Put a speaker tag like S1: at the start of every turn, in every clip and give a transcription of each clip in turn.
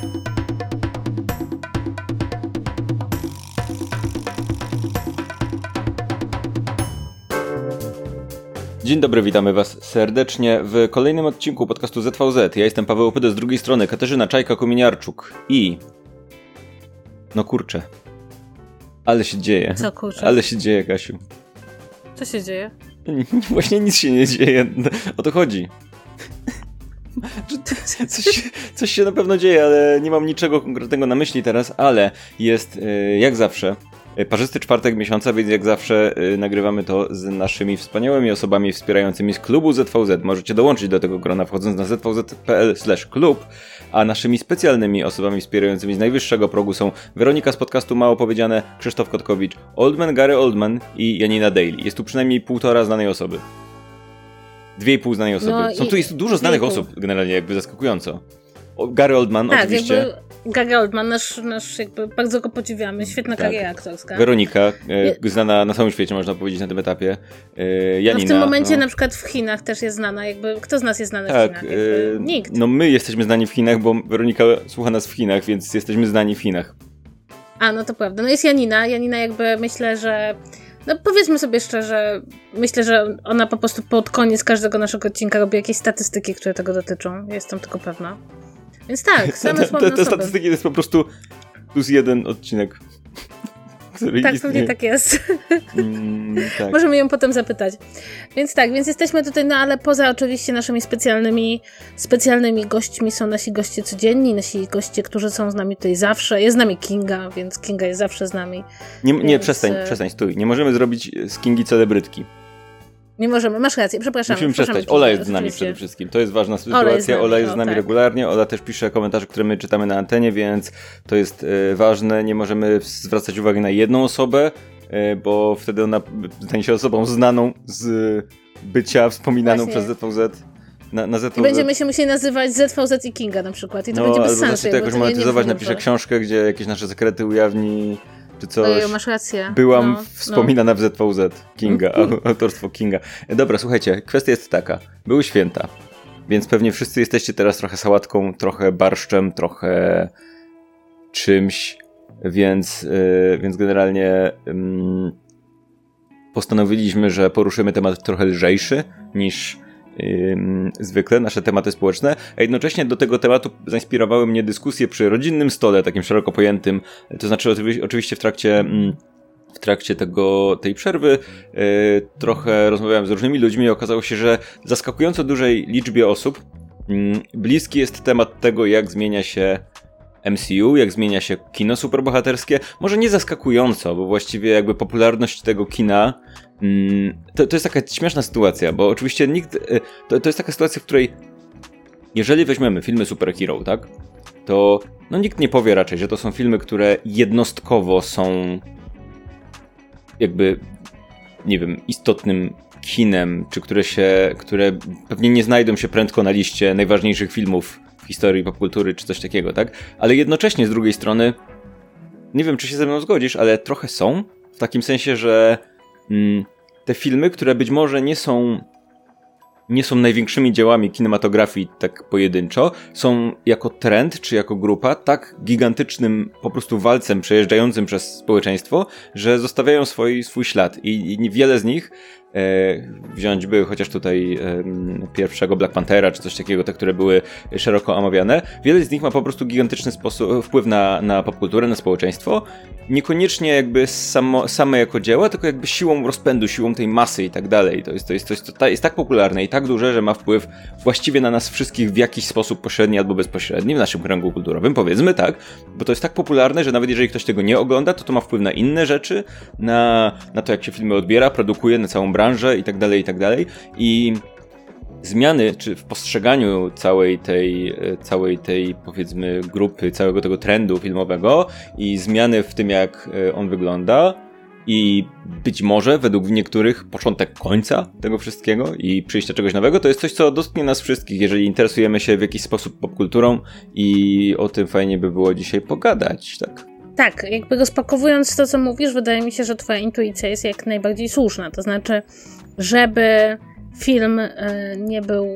S1: Dzień dobry, witamy was serdecznie w kolejnym odcinku podcastu ZVZ. Ja jestem Paweł Opydo, z drugiej strony Katarzyna Czajka-Kominiarczuk i... No kurczę. Ale się dzieje.
S2: Co kurczę?
S1: Ale się dzieje, Kasiu.
S2: Co się dzieje?
S1: Właśnie nic się nie dzieje. O to chodzi. Coś się na pewno dzieje, ale nie mam niczego konkretnego na myśli teraz, ale jest jak zawsze parzysty czwartek miesiąca, więc jak zawsze nagrywamy to z naszymi wspaniałymi osobami wspierającymi z klubu ZVZ. Możecie dołączyć do tego grona wchodząc na zvz.pl/klub, a naszymi specjalnymi osobami wspierającymi z najwyższego progu są Weronika z podcastu Mało Powiedziane, Krzysztof Kotkowicz, Oldman, Gary Oldman i Janina Daly. Jest tu przynajmniej 1,5 znanej osoby. 2,5 znanej osoby. No jest tu dużo znanych osób, generalnie jakby zaskakująco. Gary Oldman, tak, oczywiście.
S2: Jakby Gary Oldman, nasz jakby bardzo go podziwiamy, świetna kariera aktorska.
S1: Weronika, znana na całym świecie, można powiedzieć, na tym etapie. Janina.
S2: W tym momencie na przykład w Chinach też jest znana, jakby kto z nas jest znany w Chinach? Nikt.
S1: No my jesteśmy znani w Chinach, bo Weronika słucha nas w Chinach, więc jesteśmy znani w Chinach.
S2: A, no to prawda. No jest Janina jakby myślę, że... No powiedzmy sobie szczerze, myślę, że ona po prostu pod koniec każdego naszego odcinka robi jakieś statystyki, które tego dotyczą. Jestem tylko pewna. Więc tak, same sławne
S1: te statystyki to jest po prostu +1 odcinek.
S2: Tak, pewnie tak jest. Tak. Możemy ją potem zapytać. Więc tak, więc jesteśmy tutaj, no ale poza oczywiście naszymi specjalnymi gośćmi są nasi goście codzienni, nasi goście, którzy są z nami tutaj zawsze. Jest z nami Kinga, więc Kinga jest zawsze z nami.
S1: Nie, przestań, stój. Nie możemy zrobić z Kingi celebrytki.
S2: Nie możemy, masz rację, przepraszam.
S1: Musimy przestać. Ola jest z nami przede wszystkim. To jest ważna sytuacja. Ola jest z nami regularnie. Ola też pisze komentarze, które my czytamy na antenie, więc to jest ważne. Nie możemy zwracać uwagi na jedną osobę, bo wtedy ona stanie się osobą znaną z bycia wspominaną przez ZVZ. Na ZVZ.
S2: I będziemy się musieli nazywać ZVZ i Kinga na przykład. I to będzie bez sensu.
S1: To jakoś monetyzować, napiszę książkę, gdzie jakieś nasze sekrety ujawni. Czy coś.
S2: Masz rację.
S1: Byłam wspominana w ZVZ. Kinga, autorstwo Kinga. Dobra, słuchajcie, kwestia jest taka. Były święta, więc pewnie wszyscy jesteście teraz trochę sałatką, trochę barszczem, trochę czymś, więc generalnie postanowiliśmy, że poruszymy temat trochę lżejszy niż zwykle nasze tematy społeczne, a jednocześnie do tego tematu zainspirowały mnie dyskusje przy rodzinnym stole, takim szeroko pojętym, to znaczy oczywiście w trakcie tej przerwy trochę rozmawiałem z różnymi ludźmi i okazało się, że zaskakująco dużej liczbie osób bliski jest temat tego, jak zmienia się MCU, jak zmienia się kino superbohaterskie. Może nie zaskakująco, bo właściwie jakby popularność tego kina to jest taka śmieszna sytuacja, bo oczywiście to jest taka sytuacja, w której jeżeli weźmiemy filmy superhero, tak, to nikt nie powie raczej, że to są filmy, które jednostkowo są jakby, nie wiem, istotnym kinem, czy które pewnie nie znajdą się prędko na liście najważniejszych filmów w historii popkultury, czy coś takiego, tak? Ale jednocześnie z drugiej strony, nie wiem, czy się ze mną zgodzisz, ale trochę są, w takim sensie, że te filmy, które być może nie są największymi dziełami kinematografii tak pojedynczo, są jako trend, czy jako grupa tak gigantycznym po prostu walcem przejeżdżającym przez społeczeństwo, że zostawiają swój ślad i wiele z nich wziąć by chociaż tutaj pierwszego Black Panthera, czy coś takiego, te, które były szeroko omawiane, wiele z nich ma po prostu gigantyczny wpływ na popkulturę, na społeczeństwo, niekoniecznie jakby same jako dzieła, tylko jakby siłą rozpędu, siłą tej masy i tak dalej. To jest tak popularne i tak duże, że ma wpływ właściwie na nas wszystkich w jakiś sposób pośredni albo bezpośredni w naszym kręgu kulturowym, powiedzmy tak, bo to jest tak popularne, że nawet jeżeli ktoś tego nie ogląda, to ma wpływ na inne rzeczy, na to, jak się filmy odbiera, produkuje, na całą branżę i tak dalej. I zmiany, czy w postrzeganiu całej tej powiedzmy grupy, całego tego trendu filmowego i zmiany w tym, jak on wygląda i być może według niektórych początek końca tego wszystkiego i przyjścia czegoś nowego, to jest coś, co dotknie nas wszystkich, jeżeli interesujemy się w jakiś sposób popkulturą i o tym fajnie by było dzisiaj pogadać, tak?
S2: Tak, jakby rozpakowując to, co mówisz, wydaje mi się, że twoja intuicja jest jak najbardziej słuszna. To znaczy, żeby film nie był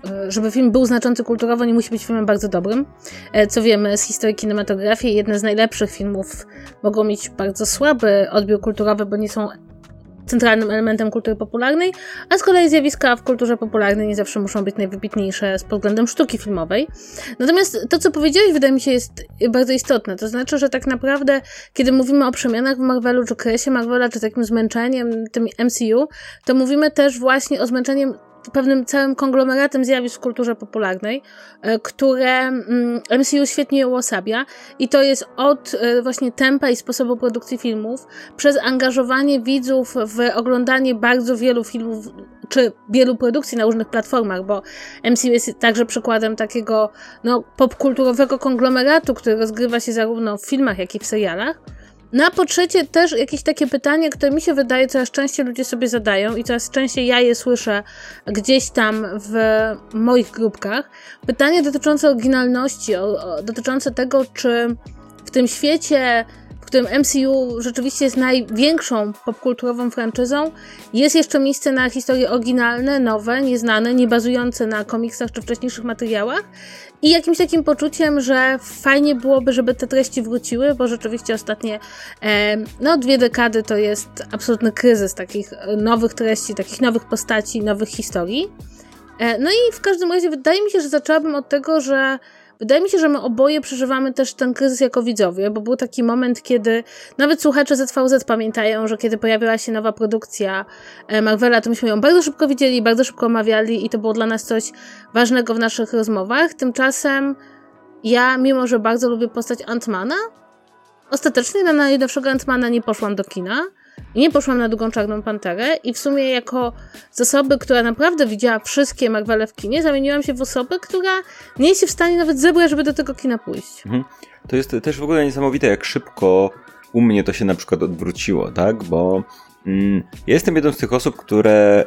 S2: żeby film był znaczący kulturowo, nie musi być filmem bardzo dobrym. Co wiemy z historii kinematografii, jedne z najlepszych filmów mogą mieć bardzo słaby odbiór kulturowy, bo nie są centralnym elementem kultury popularnej, a z kolei zjawiska w kulturze popularnej nie zawsze muszą być najwybitniejsze z pod względem sztuki filmowej. Natomiast to, co powiedziałeś, wydaje mi się, jest bardzo istotne. To znaczy, że tak naprawdę, kiedy mówimy o przemianach w Marvelu, czy kresie Marvela, czy takim zmęczeniem tym MCU, to mówimy też właśnie o zmęczeniem pewnym całym konglomeratem zjawisk w kulturze popularnej, które MCU świetnie uosabia i to jest od właśnie tempa i sposobu produkcji filmów, przez angażowanie widzów w oglądanie bardzo wielu filmów, czy wielu produkcji na różnych platformach, bo MCU jest także przykładem takiego popkulturowego konglomeratu, który rozgrywa się zarówno w filmach, jak i w serialach. No a po trzecie też jakieś takie pytanie, które mi się wydaje coraz częściej ludzie sobie zadają i coraz częściej ja je słyszę gdzieś tam w moich grupkach. Pytanie dotyczące oryginalności, dotyczące tego, czy w tym świecie, w którym MCU rzeczywiście jest największą popkulturową franczyzą, jest jeszcze miejsce na historie oryginalne, nowe, nieznane, nie bazujące na komiksach czy wcześniejszych materiałach. I jakimś takim poczuciem, że fajnie byłoby, żeby te treści wróciły, bo rzeczywiście ostatnie 2 dekady to jest absolutny kryzys takich nowych treści, takich nowych postaci, nowych historii. No i w każdym razie wydaje mi się, że zaczęłabym od tego, że wydaje mi się, że my oboje przeżywamy też ten kryzys jako widzowie, bo był taki moment, kiedy nawet słuchacze ZVZ pamiętają, że kiedy pojawiła się nowa produkcja Marvela, to myśmy ją bardzo szybko widzieli, bardzo szybko omawiali i to było dla nas coś ważnego w naszych rozmowach. Tymczasem ja, mimo że bardzo lubię postać Ant-Mana, ostatecznie na najnowszego Ant-Mana nie poszłam do kina. I nie poszłam na Drugą Czarną Panterę i w sumie jako z osoby, która naprawdę widziała wszystkie Marvele w kinie, zamieniłam się w osobę, która nie jest się w stanie nawet zebrać, żeby do tego kina pójść.
S1: To jest też w ogóle niesamowite, jak szybko u mnie to się na przykład odwróciło, tak? Bo ja jestem jedną z tych osób, które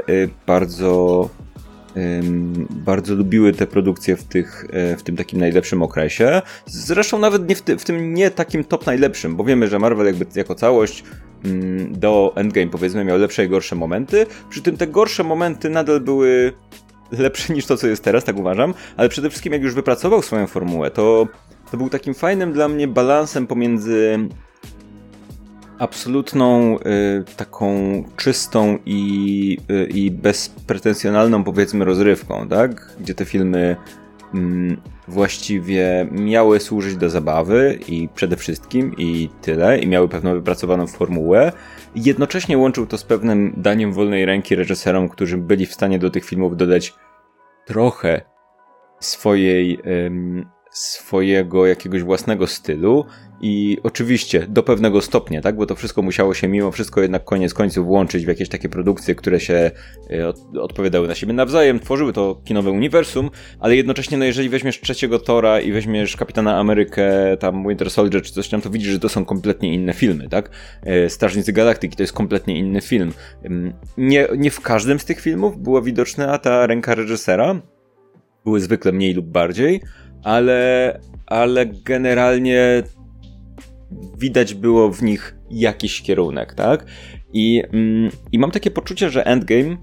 S1: bardzo lubiły te produkcje w tym takim najlepszym okresie. Zresztą nawet nie w tym nie takim top najlepszym, bo wiemy, że Marvel jakby jako całość do Endgame powiedzmy miał lepsze i gorsze momenty. Przy tym te gorsze momenty nadal były lepsze niż to, co jest teraz, tak uważam, ale przede wszystkim jak już wypracował swoją formułę, to był takim fajnym dla mnie balansem pomiędzy absolutną taką czystą i bezpretensjonalną powiedzmy rozrywką, tak? Gdzie te filmy właściwie miały służyć do zabawy i przede wszystkim i tyle, i miały pewną wypracowaną formułę. I jednocześnie łączył to z pewnym daniem wolnej ręki reżyserom, którzy byli w stanie do tych filmów dodać trochę swojego jakiegoś własnego stylu i oczywiście do pewnego stopnia, tak, bo to wszystko musiało się mimo wszystko jednak koniec końców włączyć w jakieś takie produkcje, które się odpowiadały na siebie nawzajem, tworzyły to kinowe uniwersum, ale jednocześnie, no jeżeli weźmiesz trzeciego Thora i weźmiesz Kapitana Amerykę, tam Winter Soldier czy coś tam, to widzisz, że to są kompletnie inne filmy, tak? Strażnicy Galaktyki to jest kompletnie inny film. Nie w każdym z tych filmów była widoczna ta ręka reżysera, były zwykle mniej lub bardziej, ale generalnie widać było w nich jakiś kierunek, tak? I mam takie poczucie, że Endgame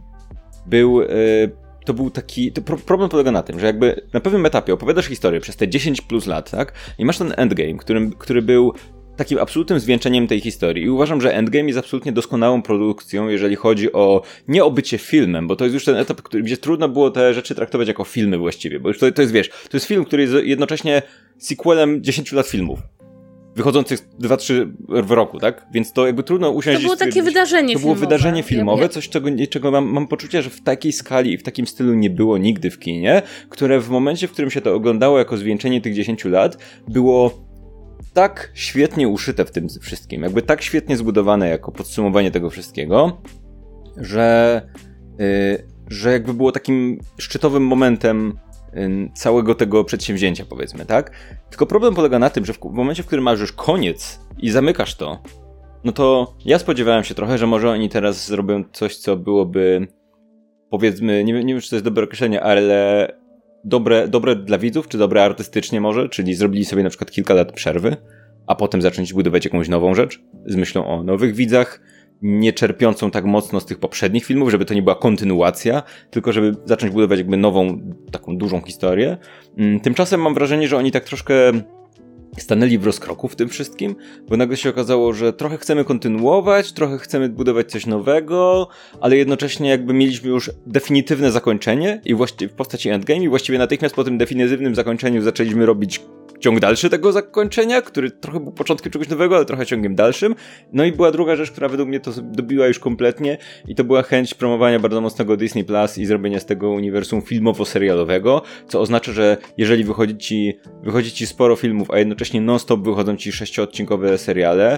S1: to był taki... Problem polega na tym, że jakby na pewnym etapie opowiadasz historię przez te 10 plus lat, tak? I masz ten Endgame, który był takim absolutnym zwieńczeniem tej historii. I uważam, że Endgame jest absolutnie doskonałą produkcją, jeżeli chodzi o nie o bycie filmem, bo to jest już ten etap, gdzie trudno było te rzeczy traktować jako filmy właściwie, bo już to jest, wiesz, to jest film, który jest jednocześnie sequelem 10 lat filmów. Wychodzących 2-3 w roku, tak? Więc to jakby trudno usiąść...
S2: To było takie wydarzenie filmowe.
S1: To było wydarzenie filmowe, coś czego mam poczucie, że w takiej skali i w takim stylu nie było nigdy w kinie, które w momencie, w którym się to oglądało jako zwieńczenie tych 10 lat, było tak świetnie uszyte w tym wszystkim, jakby tak świetnie zbudowane jako podsumowanie tego wszystkiego, że jakby było takim szczytowym momentem całego tego przedsięwzięcia, powiedzmy, tak? Tylko problem polega na tym, że w momencie, w którym masz już koniec i zamykasz to, no to ja spodziewałem się trochę, że może oni teraz zrobią coś, co byłoby, powiedzmy, nie wiem, czy to jest dobre określenie, ale dobre dla widzów, czy dobre artystycznie może, czyli zrobili sobie na przykład kilka lat przerwy, a potem zacząć budować jakąś nową rzecz z myślą o nowych widzach. nie czerpiącą tak mocno z tych poprzednich filmów, żeby to nie była kontynuacja, tylko żeby zacząć budować jakby nową, taką dużą historię. Tymczasem mam wrażenie, że oni tak troszkę stanęli w rozkroku w tym wszystkim, bo nagle się okazało, że trochę chcemy kontynuować, trochę chcemy budować coś nowego, ale jednocześnie jakby mieliśmy już definitywne zakończenie i właściwie w postaci Endgame i właściwie natychmiast po tym definitywnym zakończeniu zaczęliśmy robić ciąg dalszy tego zakończenia, który trochę był początkiem czegoś nowego, ale trochę ciągiem dalszym. No i była druga rzecz, która według mnie to dobiła już kompletnie i to była chęć promowania bardzo mocnego Disney Plus i zrobienia z tego uniwersum filmowo-serialowego, co oznacza, że jeżeli wychodzi ci sporo filmów, a jednocześnie non-stop wychodzą ci 6-odcinkowe seriale,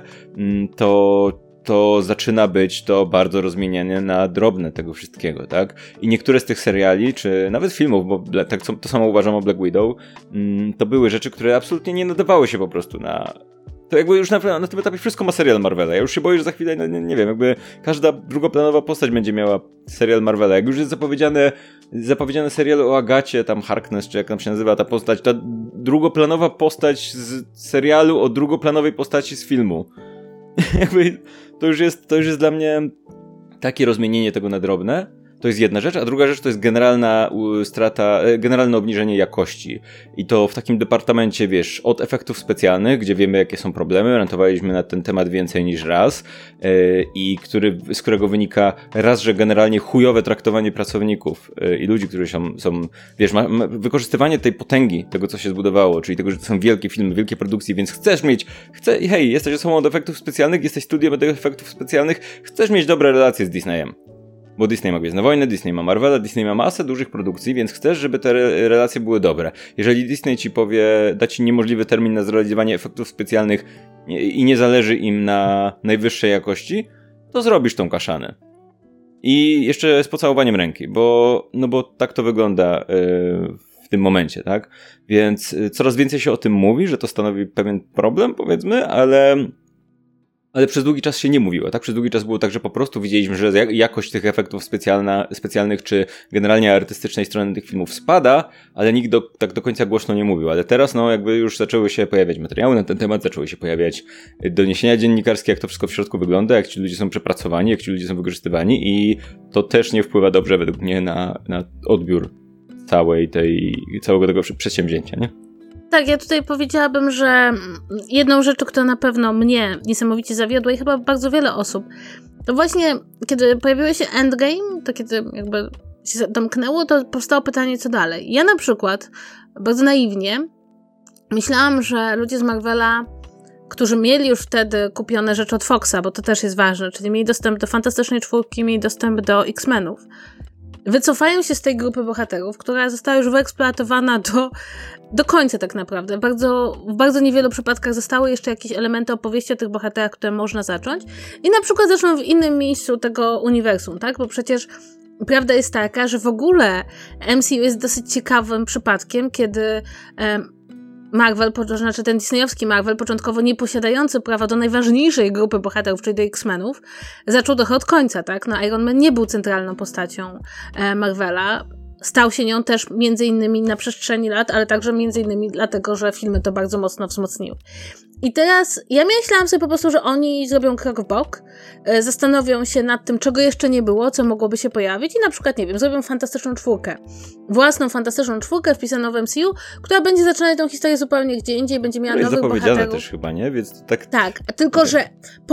S1: to zaczyna być to bardzo rozmieniane na drobne tego wszystkiego, tak? I niektóre z tych seriali, czy nawet filmów, bo tak to samo uważam o Black Widow, to były rzeczy, które absolutnie nie nadawały się po prostu na... To jakby już na tym etapie wszystko ma serial Marvela. Ja już się boję, że za chwilę, nie wiem, jakby każda drugoplanowa postać będzie miała serial Marvela. Jak już jest zapowiedziany serial o Agacie, tam Harkness, czy jak tam się nazywa ta postać, ta drugoplanowa postać z serialu o drugoplanowej postaci z filmu. Jakby to już jest dla mnie takie rozmienienie tego na drobne. To jest jedna rzecz, a druga rzecz to jest generalne obniżenie jakości. I to w takim departamencie, wiesz, od efektów specjalnych, gdzie wiemy, jakie są problemy, rantowaliśmy na ten temat więcej niż raz, i z którego wynika raz, że generalnie chujowe traktowanie pracowników i ludzi, którzy są wiesz, wykorzystywanie tej potęgi, tego, co się zbudowało, czyli tego, że to są wielkie filmy, wielkie produkcje, więc hej, jesteś osobą od efektów specjalnych, jesteś studiem od efektów specjalnych, chcesz mieć dobre relacje z Disneyem. Bo Disney ma Gwiezdne Wojny, Disney ma Marvela, Disney ma masę dużych produkcji, więc chcesz, żeby te relacje były dobre. Jeżeli Disney ci da ci niemożliwy termin na zrealizowanie efektów specjalnych i nie zależy im na najwyższej jakości, to zrobisz tą kaszanę. I jeszcze z pocałowaniem ręki, bo tak to wygląda w tym momencie, tak? Więc coraz więcej się o tym mówi, że to stanowi pewien problem, powiedzmy, ale przez długi czas się nie mówiło, tak? Przez długi czas było tak, że po prostu widzieliśmy, że jakość tych efektów specjalnych, czy generalnie artystycznej strony tych filmów spada, ale nikt tak do końca głośno nie mówił. Ale teraz, jakby już zaczęły się pojawiać materiały na ten temat, zaczęły się pojawiać doniesienia dziennikarskie, jak to wszystko w środku wygląda, jak ci ludzie są przepracowani, jak ci ludzie są wykorzystywani i to też nie wpływa dobrze według mnie na odbiór całego tego przedsięwzięcia, nie?
S2: Tak, ja tutaj powiedziałabym, że jedną rzecz, która na pewno mnie niesamowicie zawiodła i chyba bardzo wiele osób, to właśnie kiedy pojawiło się Endgame, to kiedy jakby się domknęło, to powstało pytanie, co dalej. Ja na przykład bardzo naiwnie myślałam, że ludzie z Marvela, którzy mieli już wtedy kupione rzeczy od Foxa, bo to też jest ważne, czyli mieli dostęp do Fantastycznej Czwórki, mieli dostęp do X-Menów, wycofają się z tej grupy bohaterów, która została już wyeksploatowana do końca tak naprawdę. W bardzo niewielu przypadkach zostały jeszcze jakieś elementy opowieści o tych bohaterach, które można zacząć i na przykład zaczną w innym miejscu tego uniwersum, tak? Bo przecież prawda jest taka, że w ogóle MCU jest dosyć ciekawym przypadkiem, kiedy Marvel, znaczy ten disneyowski Marvel, początkowo nie posiadający prawa do najważniejszej grupy bohaterów, czyli do X-Menów, zaczął trochę od końca, tak? Iron Man nie był centralną postacią Marvela. Stał się nią też między innymi na przestrzeni lat, ale także między innymi dlatego, że filmy to bardzo mocno wzmocniły. I teraz ja myślałam sobie po prostu, że oni zrobią krok w bok, zastanowią się nad tym, czego jeszcze nie było, co mogłoby się pojawić i na przykład, nie wiem, zrobią Fantastyczną Czwórkę. Własną Fantastyczną Czwórkę wpisaną w MCU, która będzie zaczynać tą historię zupełnie gdzie indziej, będzie miała nowych bohaterów. To jest zapowiedziane też
S1: chyba, nie? Więc tak,
S2: tylko że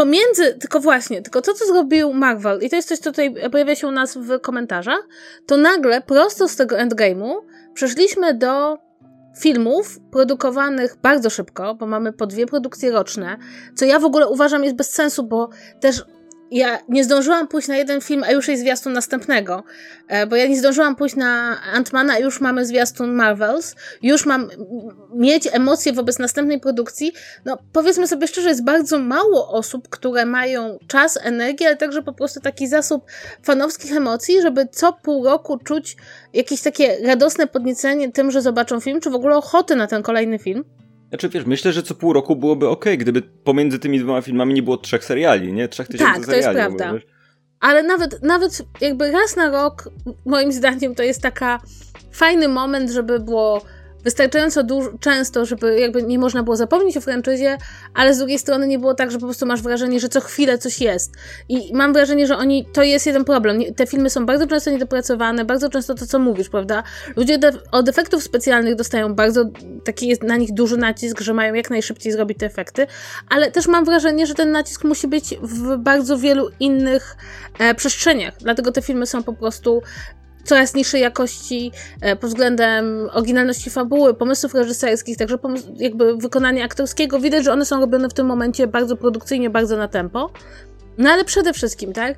S2: tylko to, co zrobił Marvel i to jest coś, co tutaj pojawia się u nas w komentarzach, to nagle prosto z tego Endgame'u przeszliśmy do filmów produkowanych bardzo szybko, bo mamy po 2 produkcje roczne, co ja w ogóle uważam jest bez sensu, bo też ja nie zdążyłam pójść na jeden film, a już jest zwiastun następnego, bo ja nie zdążyłam pójść na Ant-Mana, a już mamy zwiastun Marvels, już mam mieć emocje wobec następnej produkcji. Powiedzmy sobie szczerze, jest bardzo mało osób, które mają czas, energię, ale także po prostu taki zasób fanowskich emocji, żeby co pół roku czuć jakieś takie radosne podniecenie tym, że zobaczą film, czy w ogóle ochotę na ten kolejny film.
S1: Znaczy wiesz, myślę, że co pół roku byłoby okej, gdyby pomiędzy tymi 2 filmami nie było 3 seriali, nie? 3000 seriali.
S2: Tak, to jest prawda. Ale nawet jakby raz na rok, moim zdaniem, to jest taka fajny moment, żeby było wystarczająco często, żeby jakby nie można było zapomnieć o franczyzie, ale z drugiej strony nie było tak, że po prostu masz wrażenie, że co chwilę coś jest. I mam wrażenie, że to jest jeden problem. Te filmy są bardzo często niedopracowane, bardzo często to, co mówisz, prawda? Ludzie od efektów specjalnych dostają bardzo, taki jest na nich duży nacisk, że mają jak najszybciej zrobić te efekty, ale też mam wrażenie, że ten nacisk musi być w bardzo wielu innych przestrzeniach. Dlatego te filmy są po prostu coraz niższej jakości pod względem oryginalności fabuły, pomysłów reżyserskich, także jakby wykonania aktorskiego. Widać, że one są robione w tym momencie bardzo produkcyjnie, bardzo na tempo. No ale przede wszystkim, tak,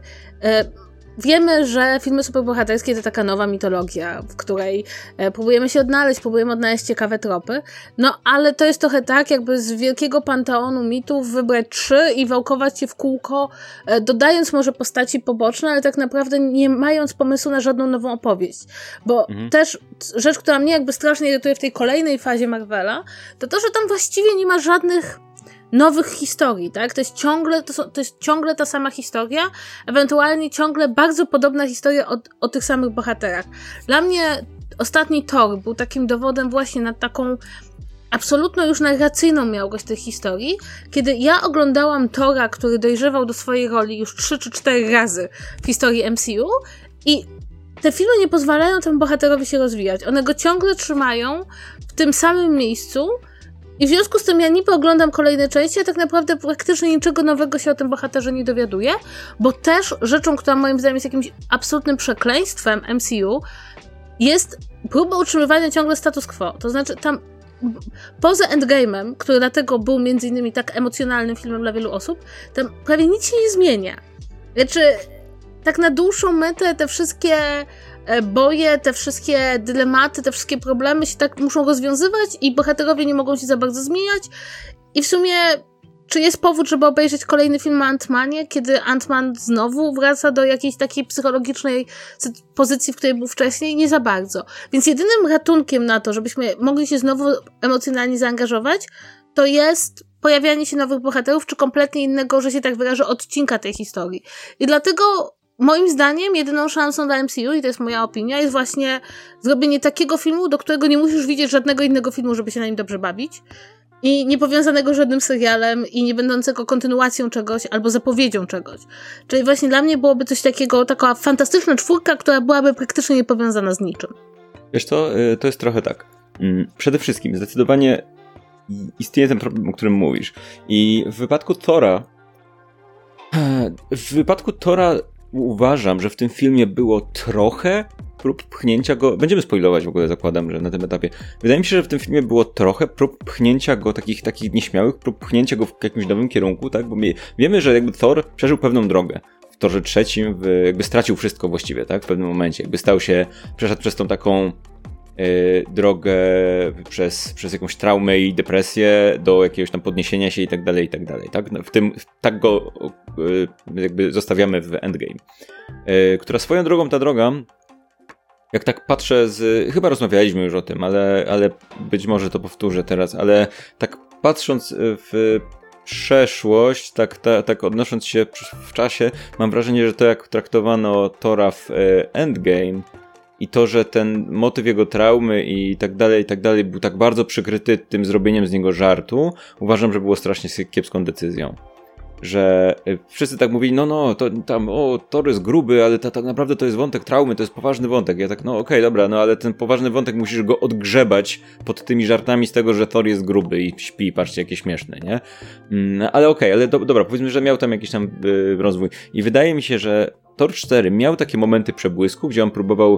S2: wiemy, że filmy superbohaterskie to taka nowa mitologia, w której próbujemy się odnaleźć, próbujemy odnaleźć ciekawe tropy, no ale to jest trochę tak, jakby z wielkiego panteonu mitów wybrać 3 i wałkować je w kółko, dodając może postaci poboczne, ale tak naprawdę nie mając pomysłu na żadną nową opowieść. Bo też rzecz, która mnie jakby strasznie irytuje w tej kolejnej fazie Marvela, to to, że tam właściwie nie ma żadnych nowych historii, tak? To jest ciągle ta sama historia, ewentualnie ciągle bardzo podobna historia o tych samych bohaterach. Dla mnie ostatni Thor był takim dowodem właśnie na taką absolutną już narracyjną miałkość tej historii, kiedy ja oglądałam Thora, który dojrzewał do swojej roli już 3 czy 4 razy w historii MCU i te filmy nie pozwalają temu bohaterowi się rozwijać. One go ciągle trzymają w tym samym miejscu. I w związku z tym ja niby oglądam kolejne części, a tak naprawdę praktycznie niczego nowego się o tym bohaterze nie dowiaduję, bo też rzeczą, która moim zdaniem jest jakimś absolutnym przekleństwem MCU, jest próba utrzymywania ciągle status quo. To znaczy tam poza Endgame'em, który dlatego był między innymi tak emocjonalnym filmem dla wielu osób, tam prawie nic się nie zmienia. Znaczy, tak na dłuższą metę te wszystkie boje, te wszystkie dylematy, te wszystkie problemy się tak muszą rozwiązywać i bohaterowie nie mogą się za bardzo zmieniać i w sumie czy jest powód, żeby obejrzeć kolejny film o Ant-Manie, kiedy Ant-Man znowu wraca do jakiejś takiej psychologicznej pozycji, w której był wcześniej? Nie za bardzo. Więc jedynym ratunkiem na to, żebyśmy mogli się znowu emocjonalnie zaangażować, to jest pojawianie się nowych bohaterów, czy kompletnie innego, że się tak wyrażę, odcinka tej historii. I dlatego moim zdaniem jedyną szansą dla MCU, i to jest moja opinia, jest właśnie zrobienie takiego filmu, do którego nie musisz widzieć żadnego innego filmu, żeby się na nim dobrze bawić. I nie powiązanego żadnym serialem i nie będącego kontynuacją czegoś albo zapowiedzią czegoś. Czyli właśnie dla mnie byłoby coś takiego, taka fantastyczna 4, która byłaby praktycznie niepowiązana z niczym.
S1: Wiesz co, to jest trochę tak. Przede wszystkim zdecydowanie istnieje ten problem, o którym mówisz. I w wypadku Thora uważam, że w tym filmie było trochę prób pchnięcia go, będziemy spoilować w ogóle, zakładam, że na tym etapie. Wydaje mi się, że w tym filmie było trochę prób pchnięcia go, takich nieśmiałych prób pchnięcia go w jakimś nowym kierunku, tak? Bo wiemy, że jakby Thor przeżył pewną drogę. W Thorze 3 jakby stracił wszystko właściwie, tak? W pewnym momencie. Jakby przeszedł przez tą taką drogę przez jakąś traumę i depresję do jakiegoś tam podniesienia się i tak dalej, tak? Tak go jakby zostawiamy w Endgame. Która swoją drogą, ta droga, jak tak patrzę chyba rozmawialiśmy już o tym, ale być może to powtórzę teraz, ale tak patrząc w przeszłość, tak odnosząc się w czasie, mam wrażenie, że to jak traktowano Thora w Endgame i to, że ten motyw jego traumy i tak dalej był tak bardzo przykryty tym zrobieniem z niego żartu, uważam, że było strasznie kiepską decyzją. Że wszyscy tak mówili, to tam, Thor jest gruby, ale tak naprawdę to jest wątek traumy, to jest poważny wątek. Ja tak, okej, dobra, ale ten poważny wątek musisz go odgrzebać pod tymi żartami z tego, że Thor jest gruby i śpi, patrzcie, jakie śmieszne, nie? Ale ale dobra, powiedzmy, że miał tam jakiś tam rozwój. I wydaje mi się, że Thor 4 miał takie momenty przebłysku, gdzie on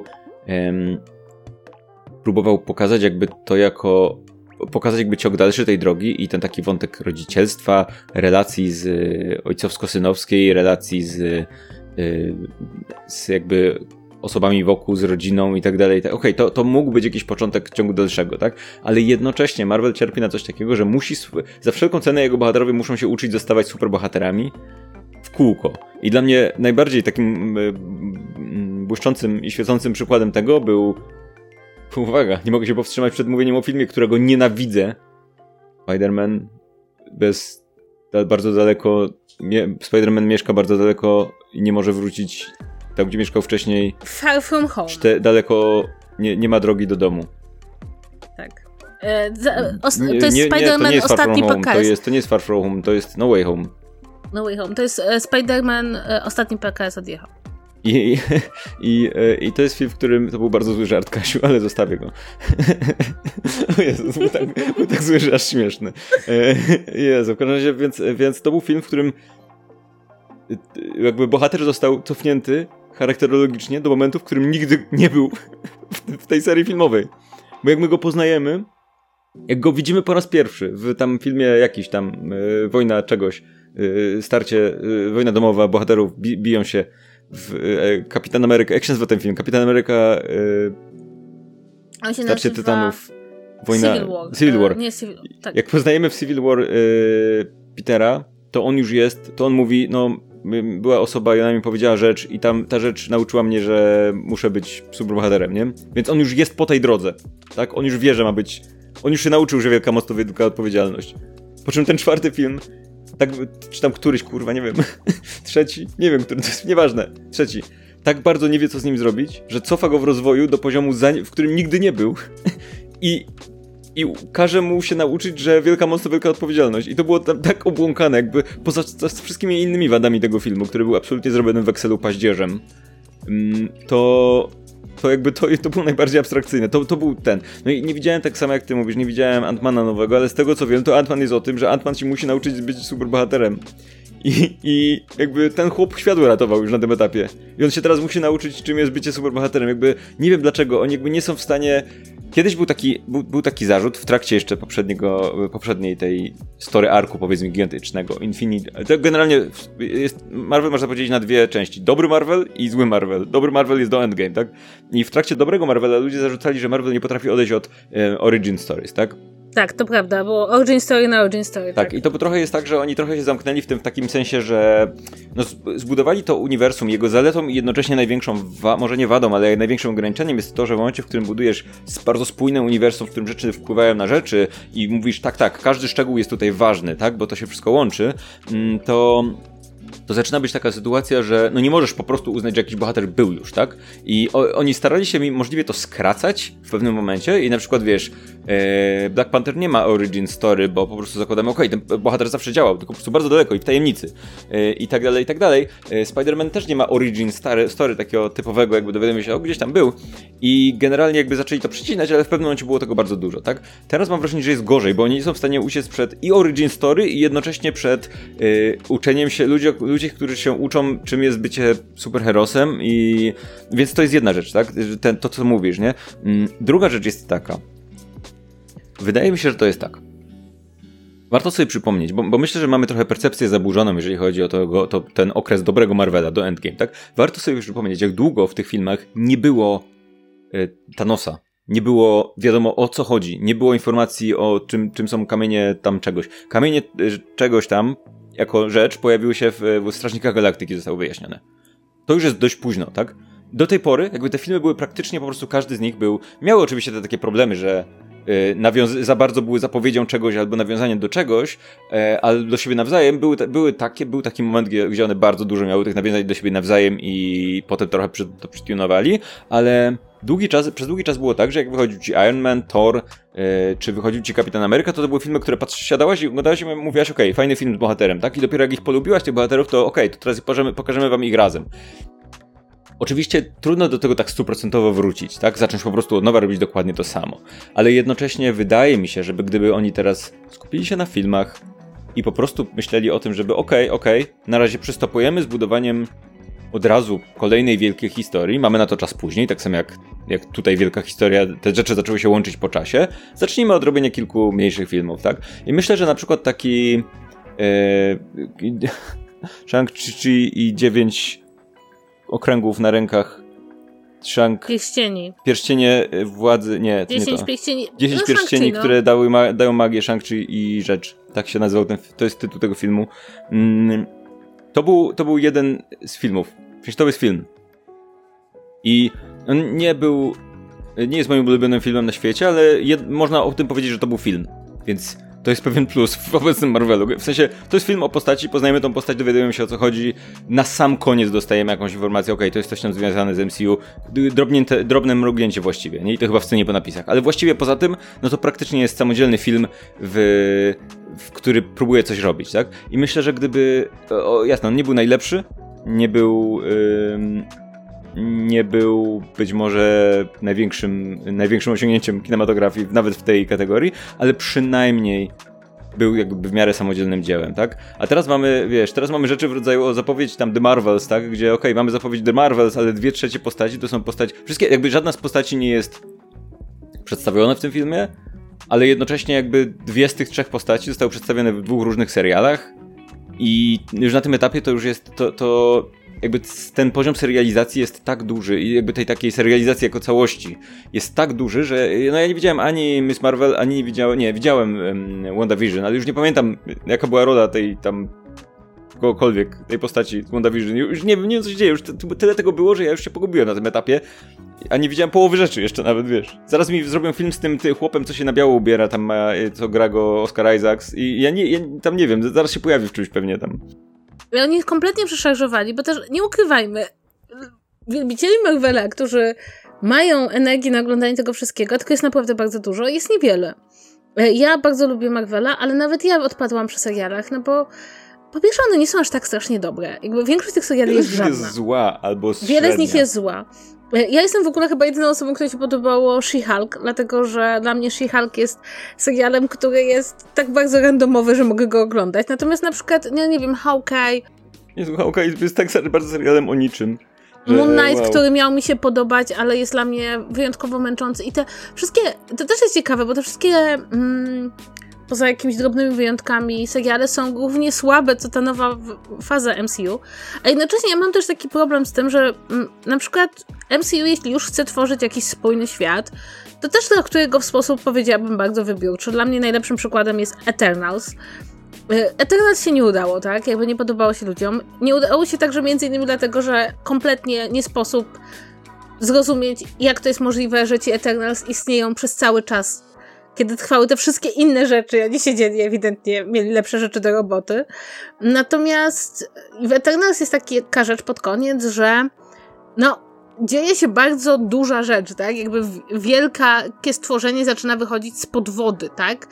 S1: próbował pokazać jakby to pokazać jakby ciąg dalszy tej drogi i ten taki wątek rodzicielstwa, relacji z ojcowsko-synowskiej, relacji z jakby osobami wokół, z rodziną i tak dalej. Okej, to mógł być jakiś początek ciągu dalszego, tak? Ale jednocześnie Marvel cierpi na coś takiego, że za wszelką cenę jego bohaterowie muszą się uczyć zostawać superbohaterami w kółko. I dla mnie najbardziej takim błyszczącym i świecącym przykładem tego był, uwaga, nie mogę się powstrzymać przed mówieniem o filmie, którego nienawidzę. Spider-Man bardzo daleko, Spider-Man mieszka bardzo daleko i nie może wrócić tam, gdzie mieszkał wcześniej.
S2: Far from home.
S1: Daleko, nie ma drogi do domu.
S2: Tak. To jest Spider-Man ostatni PKS.
S1: To nie jest Far From Home, to jest No Way Home.
S2: No Way Home. To jest Spider-Man ostatni PKS odjechał.
S1: I to jest film, w którym to był bardzo zły żart, Kasiu, ale zostawię go. O Jezus, był tak zły, że aż śmieszny. Jezu, w każdym razie, więc to był film, w którym jakby bohater został cofnięty charakterologicznie do momentu, w którym nigdy nie był w tej serii filmowej. Bo jak my go poznajemy, jak go widzimy po raz pierwszy w tam filmie jakiś tam wojna czegoś, starcie, wojna domowa, bohaterów biją się w Kapitan Ameryka, jak się nazywa ten film? Kapitan Ameryka starcie Tytanów, wojna Civil War.
S2: Tak.
S1: Jak poznajemy w Civil War Petera, to on już jest, to on mówi, no była osoba i ona mi powiedziała rzecz i tam ta rzecz nauczyła mnie, że muszę być superbohaterem, nie? Więc on już jest po tej drodze, tak? On już wie, że ma być, on już się nauczył, że wielka moc to wielka odpowiedzialność. Po czym ten czwarty film, tak, czy tam któryś, kurwa, nie wiem, trzeci, nie wiem, który, to jest nieważne, trzeci, tak bardzo nie wie, co z nim zrobić, że cofa go w rozwoju do poziomu, w którym nigdy nie był i każe mu się nauczyć, że wielka moc to wielka odpowiedzialność. I to było tak obłąkane, jakby poza wszystkimi innymi wadami tego filmu, który był absolutnie zrobiony w Excelu paździerzem, to jakby to było najbardziej abstrakcyjne. To był ten. No i nie widziałem, tak samo jak ty mówisz, nie widziałem Ant-Mana nowego, ale z tego co wiem, to Ant-Man jest o tym, że Ant-Man się musi nauczyć być superbohaterem. I jakby ten chłop świat uratował już na tym etapie. I on się teraz musi nauczyć, czym jest bycie superbohaterem. Jakby nie wiem dlaczego, oni jakby nie są w stanie... Kiedyś był taki zarzut w trakcie jeszcze poprzedniej tej story arku, powiedzmy, gigantycznego, Infinity. To generalnie jest, Marvel można podzielić na dwie części. Dobry Marvel i zły Marvel. Dobry Marvel jest do Endgame, tak? I w trakcie dobrego Marvela ludzie zarzucali, że Marvel nie potrafi odejść od origin stories, tak?
S2: Tak, to prawda, bo origin story na origin story.
S1: Tak, i to trochę jest tak, że oni trochę się zamknęli w takim sensie, że no, zbudowali to uniwersum. Jego zaletą i jednocześnie największą, może nie wadą, ale największym ograniczeniem jest to, że w momencie, w którym budujesz bardzo spójne uniwersum, w którym rzeczy wpływają na rzeczy i mówisz, tak, każdy szczegół jest tutaj ważny, tak, bo to się wszystko łączy, to zaczyna być taka sytuacja, że no nie możesz po prostu uznać, że jakiś bohater był już, tak? I oni starali się możliwie to skracać w pewnym momencie i na przykład, wiesz, Black Panther nie ma origin story, bo po prostu zakładamy, ten bohater zawsze działał, tylko po prostu bardzo daleko i w tajemnicy. I tak dalej, i tak dalej. Spider-Man też nie ma origin story takiego typowego, jakby dowiadujemy się, gdzieś tam był. I generalnie jakby zaczęli to przecinać, ale w pewnym momencie było tego bardzo dużo, tak? Teraz mam wrażenie, że jest gorzej, bo oni nie są w stanie uciec przed i origin story i jednocześnie przed uczeniem się ludzi, którzy się uczą, czym jest bycie superherosem i więc to jest jedna rzecz, tak? To, co mówisz, nie? Druga rzecz jest taka. Wydaje mi się, że to jest tak. Warto sobie przypomnieć, bo myślę, że mamy trochę percepcję zaburzoną, jeżeli chodzi o ten okres dobrego Marvela do Endgame, tak? Warto sobie przypomnieć, jak długo w tych filmach nie było Thanosa. Nie było wiadomo o co chodzi. Nie było informacji o czym są kamienie tam czegoś. Kamienie czegoś tam jako rzecz pojawiły się w Strażnikach Galaktyki, zostały wyjaśnione. To już jest dość późno, tak? Do tej pory, jakby te filmy były praktycznie po prostu, każdy z nich miały oczywiście te takie problemy, że za bardzo były zapowiedzią czegoś albo nawiązaniem do czegoś, ale do siebie nawzajem był taki moment, gdzie one bardzo dużo miały tych nawiązań do siebie nawzajem i potem trochę to przytunowali, ale przez długi czas było tak, że jak wychodził ci Iron Man, Thor, czy wychodził ci Kapitan Ameryka, to były filmy, które siadałaś i oglądałaś i mówiłaś, fajny film z bohaterem, tak? I dopiero jak ich polubiłaś, tych bohaterów, to to teraz pokażemy wam ich razem. Oczywiście trudno do tego tak 100% wrócić, tak? Zacząć po prostu od nowa robić dokładnie to samo. Ale jednocześnie wydaje mi się, że gdyby oni teraz skupili się na filmach i po prostu myśleli o tym, żeby na razie przystopujemy z budowaniem od razu kolejnej wielkiej historii, mamy na to czas później, tak samo jak tutaj wielka historia, te rzeczy zaczęły się łączyć po czasie, zacznijmy od robienia kilku mniejszych filmów, tak? I myślę, że na przykład taki Shang-Chi i 9 okręgów na rękach Pierścienie władzy, nie, to 10 nie to.
S2: Pierścieni.
S1: 10 pierścieni, które dają magię Shang-Chi i rzecz. Tak się nazywał to jest tytuł tego filmu. To był jeden z filmów. Przecież to jest film. I on nie jest moim ulubionym filmem na świecie, ale można o tym powiedzieć, że to był film. Więc To jest pewien plus w obecnym Marvelu. W sensie, to jest film o postaci, poznajemy tą postać, dowiadujemy się o co chodzi, na sam koniec dostajemy jakąś informację, okej, to jest coś tam związane z MCU, drobne mrugnięcie właściwie, nie? I to chyba w scenie po napisach. Ale właściwie poza tym, no to praktycznie jest samodzielny film, który próbuje coś robić, tak? I myślę, że gdyby, jasno, on nie był najlepszy, nie był być może największym osiągnięciem kinematografii, nawet w tej kategorii, ale przynajmniej był jakby w miarę samodzielnym dziełem, tak? A teraz mamy, teraz mamy rzeczy w rodzaju zapowiedź tam The Marvels, tak? Gdzie mamy zapowiedź The Marvels, ale 2/3 postaci to są wszystkie, jakby żadna z postaci nie jest przedstawiona w tym filmie, ale jednocześnie jakby 2 z tych 3 postaci zostały przedstawione w 2 różnych serialach i już na tym etapie to już jest to jakby ten poziom serializacji jest tak duży i jakby tej takiej serializacji jako całości jest tak duży, że no ja nie widziałem ani Miss Marvel, ani widziałem WandaVision, ale już nie pamiętam jaka była rola tej tam kogokolwiek, tej postaci z WandaVision. Już nie wiem co się dzieje, już tyle tego było, że ja już się pogubiłem na tym etapie, a nie widziałem połowy rzeczy jeszcze nawet, wiesz. Zaraz mi zrobią film z tym chłopem, co się na biało ubiera, tam co gra go Oscar Isaacs i ja tam nie wiem, zaraz się pojawi w czymś pewnie tam.
S2: Oni kompletnie przeszarżowali, bo też nie ukrywajmy, wielbicieli Marvela, którzy mają energię na oglądanie tego wszystkiego, tylko jest naprawdę bardzo dużo, jest niewiele. Ja bardzo lubię Marvela, ale nawet ja odpadłam przy serialach, no bo po pierwsze one nie są aż tak strasznie dobre. Jakby większość tych seriali jest żadna.
S1: Wiele z nich jest zła albo średnia.
S2: Wiele z nich jest zła. Ja jestem w ogóle chyba jedyną osobą, której się podobało She-Hulk, dlatego że dla mnie She-Hulk jest serialem, który jest tak bardzo randomowy, że mogę go oglądać. Natomiast na przykład, nie wiem, Hawkeye...
S1: Hawkeye jest tak bardzo serialem o niczym.
S2: Moon Knight, który miał mi się podobać, ale jest dla mnie wyjątkowo męczący. I te wszystkie... To też jest ciekawe, bo te wszystkie... poza jakimiś drobnymi wyjątkami, seriale są głównie słabe, co ta nowa faza MCU. A jednocześnie ja mam też taki problem z tym, że na przykład MCU, jeśli już chce tworzyć jakiś spójny świat, to też traktuje go w sposób, powiedziałabym, bardzo wybiórczy. Dla mnie najlepszym przykładem jest Eternals. Eternals się nie udało, tak? Jakby nie podobało się ludziom. Nie udało się także między innymi dlatego, że kompletnie nie sposób zrozumieć, jak to jest możliwe, że ci Eternals istnieją przez cały czas, kiedy trwały te wszystkie inne rzeczy, oni siedzieli ewidentnie, mieli lepsze rzeczy do roboty. Natomiast w Eternals jest taka rzecz pod koniec, że dzieje się bardzo duża rzecz, tak? Jakby wielkie stworzenie zaczyna wychodzić spod wody, tak?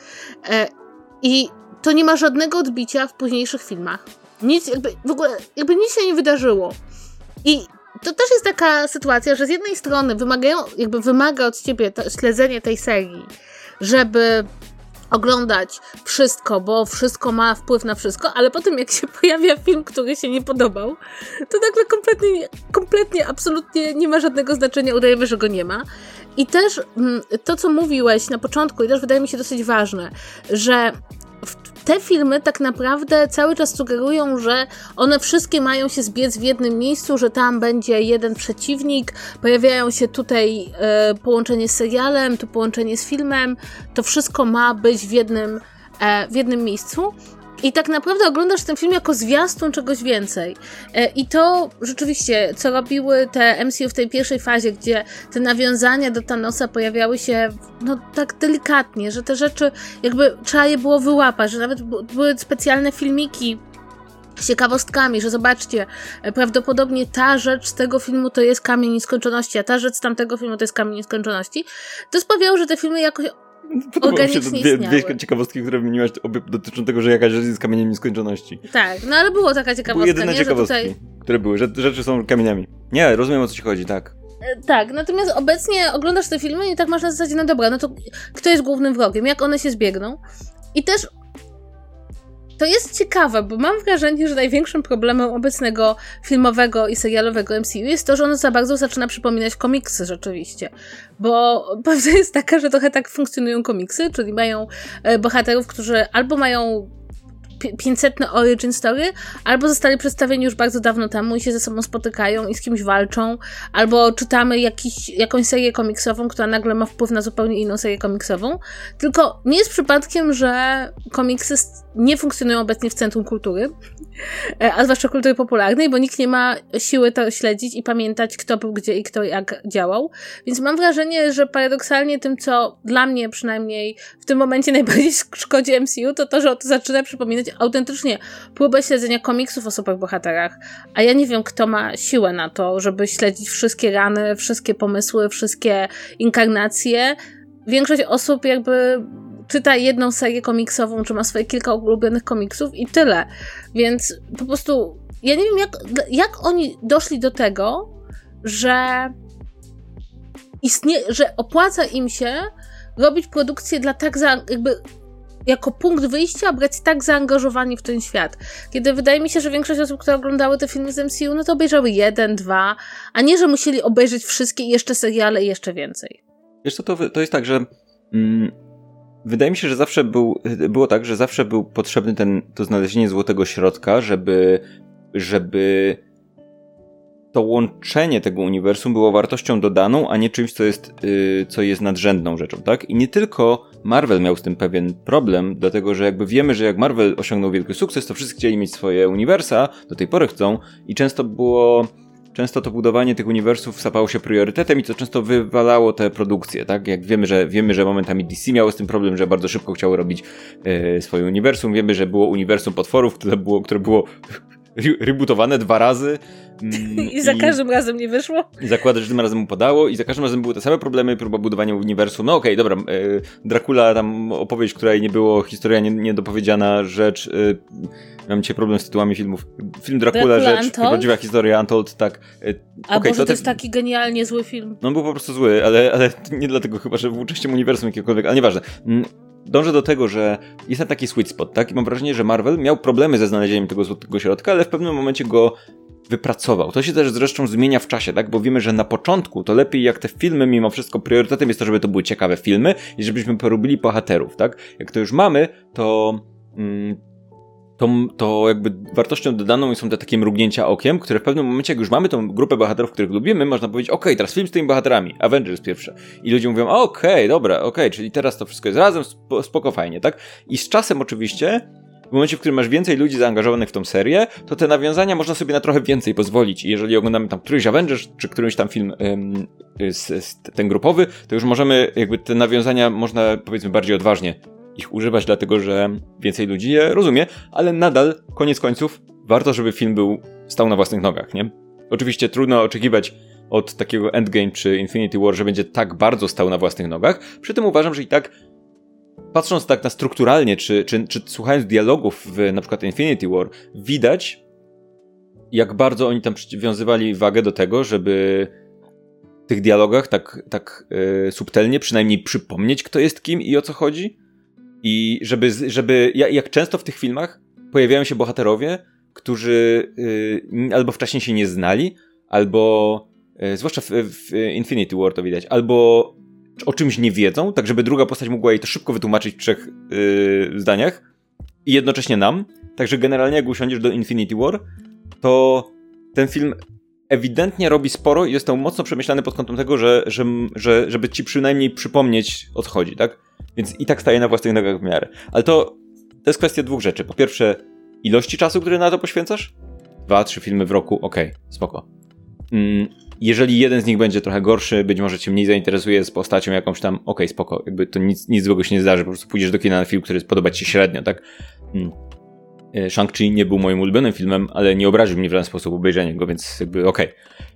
S2: I to nie ma żadnego odbicia w późniejszych filmach. Nic, w ogóle nic się nie wydarzyło. I to też jest taka sytuacja, że z jednej strony wymaga od ciebie śledzenie tej serii, żeby oglądać wszystko, bo wszystko ma wpływ na wszystko, ale potem jak się pojawia film, który się nie podobał, to nagle kompletnie, absolutnie nie ma żadnego znaczenia, udajemy, że go nie ma. I też to, co mówiłeś na początku, i też wydaje mi się dosyć ważne, że te filmy tak naprawdę cały czas sugerują, że one wszystkie mają się zbiec w jednym miejscu, że tam będzie jeden przeciwnik, pojawiają się tutaj połączenie z serialem, tu połączenie z filmem, to wszystko ma być w jednym miejscu. I tak naprawdę oglądasz ten film jako zwiastun czegoś więcej. I to rzeczywiście, co robiły te MCU w tej pierwszej fazie, gdzie te nawiązania do Thanosa pojawiały się tak delikatnie, że te rzeczy jakby trzeba je było wyłapać, że nawet były specjalne filmiki z ciekawostkami, że zobaczcie, prawdopodobnie ta rzecz z tego filmu to jest Kamień Nieskończoności, a ta rzecz z tamtego filmu to jest Kamień Nieskończoności. To sprawiało, że te filmy jakoś organicznie istniały.
S1: Dwie ciekawostki, które wymieniłaś, obie dotyczą tego, że jakaś rzecz jest Kamieniem Nieskończoności.
S2: Tak, ale było taka ciekawostka.
S1: Były jedyne ciekawostki, które były, że rzeczy są kamieniami. Nie, rozumiem, o co ci chodzi, tak.
S2: Tak, natomiast obecnie oglądasz te filmy i tak masz na zasadzie, dobra, no to kto jest głównym wrogiem, jak one się zbiegną. I też to jest ciekawe, bo mam wrażenie, że największym problemem obecnego filmowego i serialowego MCU jest to, że ono za bardzo zaczyna przypominać komiksy rzeczywiście. Bo prawda jest taka, że trochę tak funkcjonują komiksy, czyli mają bohaterów, którzy albo mają 500 origin story, albo zostali przedstawieni już bardzo dawno temu i się ze sobą spotykają i z kimś walczą, albo czytamy jakąś serię komiksową, która nagle ma wpływ na zupełnie inną serię komiksową. Tylko nie jest przypadkiem, że komiksy nie funkcjonują obecnie w centrum kultury, a zwłaszcza kultury popularnej, bo nikt nie ma siły to śledzić i pamiętać, kto był gdzie i kto jak działał. Więc mam wrażenie, że paradoksalnie tym, co dla mnie przynajmniej w tym momencie najbardziej szkodzi MCU, to to, że to zaczyna przypominać autentycznie próbę śledzenia komiksów o superbohaterach. A ja nie wiem, kto ma siłę na to, żeby śledzić wszystkie rany, wszystkie pomysły, wszystkie inkarnacje. Większość osób jakby czyta jedną serię komiksową, czy ma swoje kilka ulubionych komiksów i tyle. Więc po prostu ja nie wiem, jak oni doszli do tego, że że opłaca im się robić produkcję dla tak jakby jako punkt wyjścia, brać tak zaangażowani w ten świat. Kiedy wydaje mi się, że większość osób, które oglądały te filmy z MCU, no to obejrzały 1, 2, a nie, że musieli obejrzeć wszystkie i jeszcze seriale i jeszcze więcej.
S1: Wiesz co, to jest tak, że wydaje mi się, że zawsze było tak, że zawsze był potrzebny to znalezienie złotego środka, żeby to łączenie tego uniwersum było wartością dodaną, a nie czymś, co jest nadrzędną rzeczą, tak? I nie tylko Marvel miał z tym pewien problem, dlatego że jakby wiemy, że jak Marvel osiągnął wielki sukces, to wszyscy chcieli mieć swoje uniwersa, do tej pory chcą i często to budowanie tych uniwersów stawało się priorytetem i to często wywalało te produkcje, tak? Jak wiemy, że momentami DC miało z tym problem, że bardzo szybko chciało robić swoje uniwersum. Wiemy, że było uniwersum potworów, które było rebootowane 2 razy.
S2: I za każdym razem nie wyszło.
S1: I zakłada, że tym razem mu podało i za każdym razem były te same problemy, próba budowania uniwersum. No okej, dobra, Dracula, tam opowieść, której nie było, historia niedopowiedziana, rzecz. Mam dzisiaj problem z tytułami filmów. Film Dracula rzecz,
S2: Untold?
S1: Prawdziwa historia, Untold, tak.
S2: A Boże, to jest taki genialnie zły film.
S1: No był po prostu zły, ale nie dlatego chyba, że był częścią uniwersum jakiegokolwiek, ale nieważne. Dążę do tego, że jest tam taki sweet spot, tak? I mam wrażenie, że Marvel miał problemy ze znalezieniem tego złotego środka, ale w pewnym momencie go wypracował. To się też zresztą zmienia w czasie, tak? Bo wiemy, że na początku to lepiej jak te filmy, mimo wszystko priorytetem jest to, żeby to były ciekawe filmy i żebyśmy porobili bohaterów, tak? Jak to już mamy, to jakby wartością dodaną są te takie mrugnięcia okiem, które w pewnym momencie, jak już mamy tą grupę bohaterów, których lubimy, można powiedzieć, okej, teraz film z tymi bohaterami, Avengers pierwsze. I ludzie mówią, okej, czyli teraz to wszystko jest razem, spoko, fajnie, tak? I z czasem oczywiście, w momencie, w którym masz więcej ludzi zaangażowanych w tą serię, to te nawiązania można sobie na trochę więcej pozwolić. I jeżeli oglądamy tam któryś Avengers, czy któryś tam film ten grupowy, to już możemy, jakby te nawiązania można, powiedzmy, bardziej odważnie ich używać, dlatego że więcej ludzi je rozumie, ale nadal, koniec końców, warto, żeby film stał na własnych nogach, nie? Oczywiście trudno oczekiwać od takiego Endgame czy Infinity War, że będzie tak bardzo stał na własnych nogach. Przy tym uważam, że i tak, patrząc tak na strukturalnie, czy słuchając dialogów w na przykład Infinity War, widać, jak bardzo oni tam przywiązywali wagę do tego, żeby w tych dialogach tak subtelnie przynajmniej przypomnieć, kto jest kim i o co chodzi. I żeby jak często w tych filmach pojawiają się bohaterowie, którzy albo wcześniej się nie znali, albo zwłaszcza w Infinity War to widać, albo o czymś nie wiedzą, tak żeby druga postać mogła jej to szybko wytłumaczyć w 3 zdaniach i jednocześnie nam. Także generalnie jak usiądziesz do Infinity War, to ten film ewidentnie robi sporo i został mocno przemyślany pod kątem tego, żeby ci przynajmniej przypomnieć, o co chodzi, tak? Więc i tak staje na własnych nogach w miarę. Ale to jest kwestia 2 rzeczy. Po pierwsze, ilości czasu, który na to poświęcasz? 2-3 filmy w roku, okej, spoko. Jeżeli jeden z nich będzie trochę gorszy, być może cię mniej zainteresuje z postacią jakąś tam, okej, spoko. Jakby to nic złego się nie zdarzy, po prostu pójdziesz do kina na film, który spodoba ci się średnio, tak? Shang-Chi nie był moim ulubionym filmem, ale nie obraził mnie w żaden sposób obejrzenie go, więc jakby okej.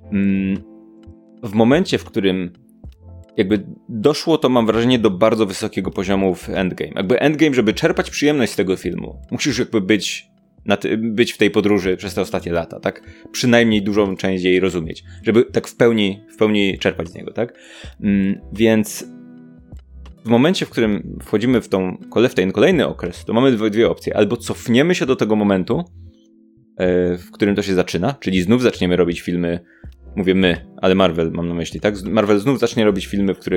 S1: W momencie, w którym jakby doszło to, mam wrażenie, do bardzo wysokiego poziomu w Endgame. Jakby Endgame, żeby czerpać przyjemność z tego filmu, musisz jakby być w tej podróży przez te ostatnie lata, tak? Przynajmniej dużą część jej rozumieć, żeby tak w pełni czerpać z niego, tak? Więc w momencie, w którym wchodzimy w ten kolejny okres, to mamy 2 opcje. Albo cofniemy się do tego momentu, w którym to się zaczyna, czyli znów zaczniemy robić filmy, mówię my, ale Marvel mam na myśli, tak? Marvel znów zacznie robić filmy, w których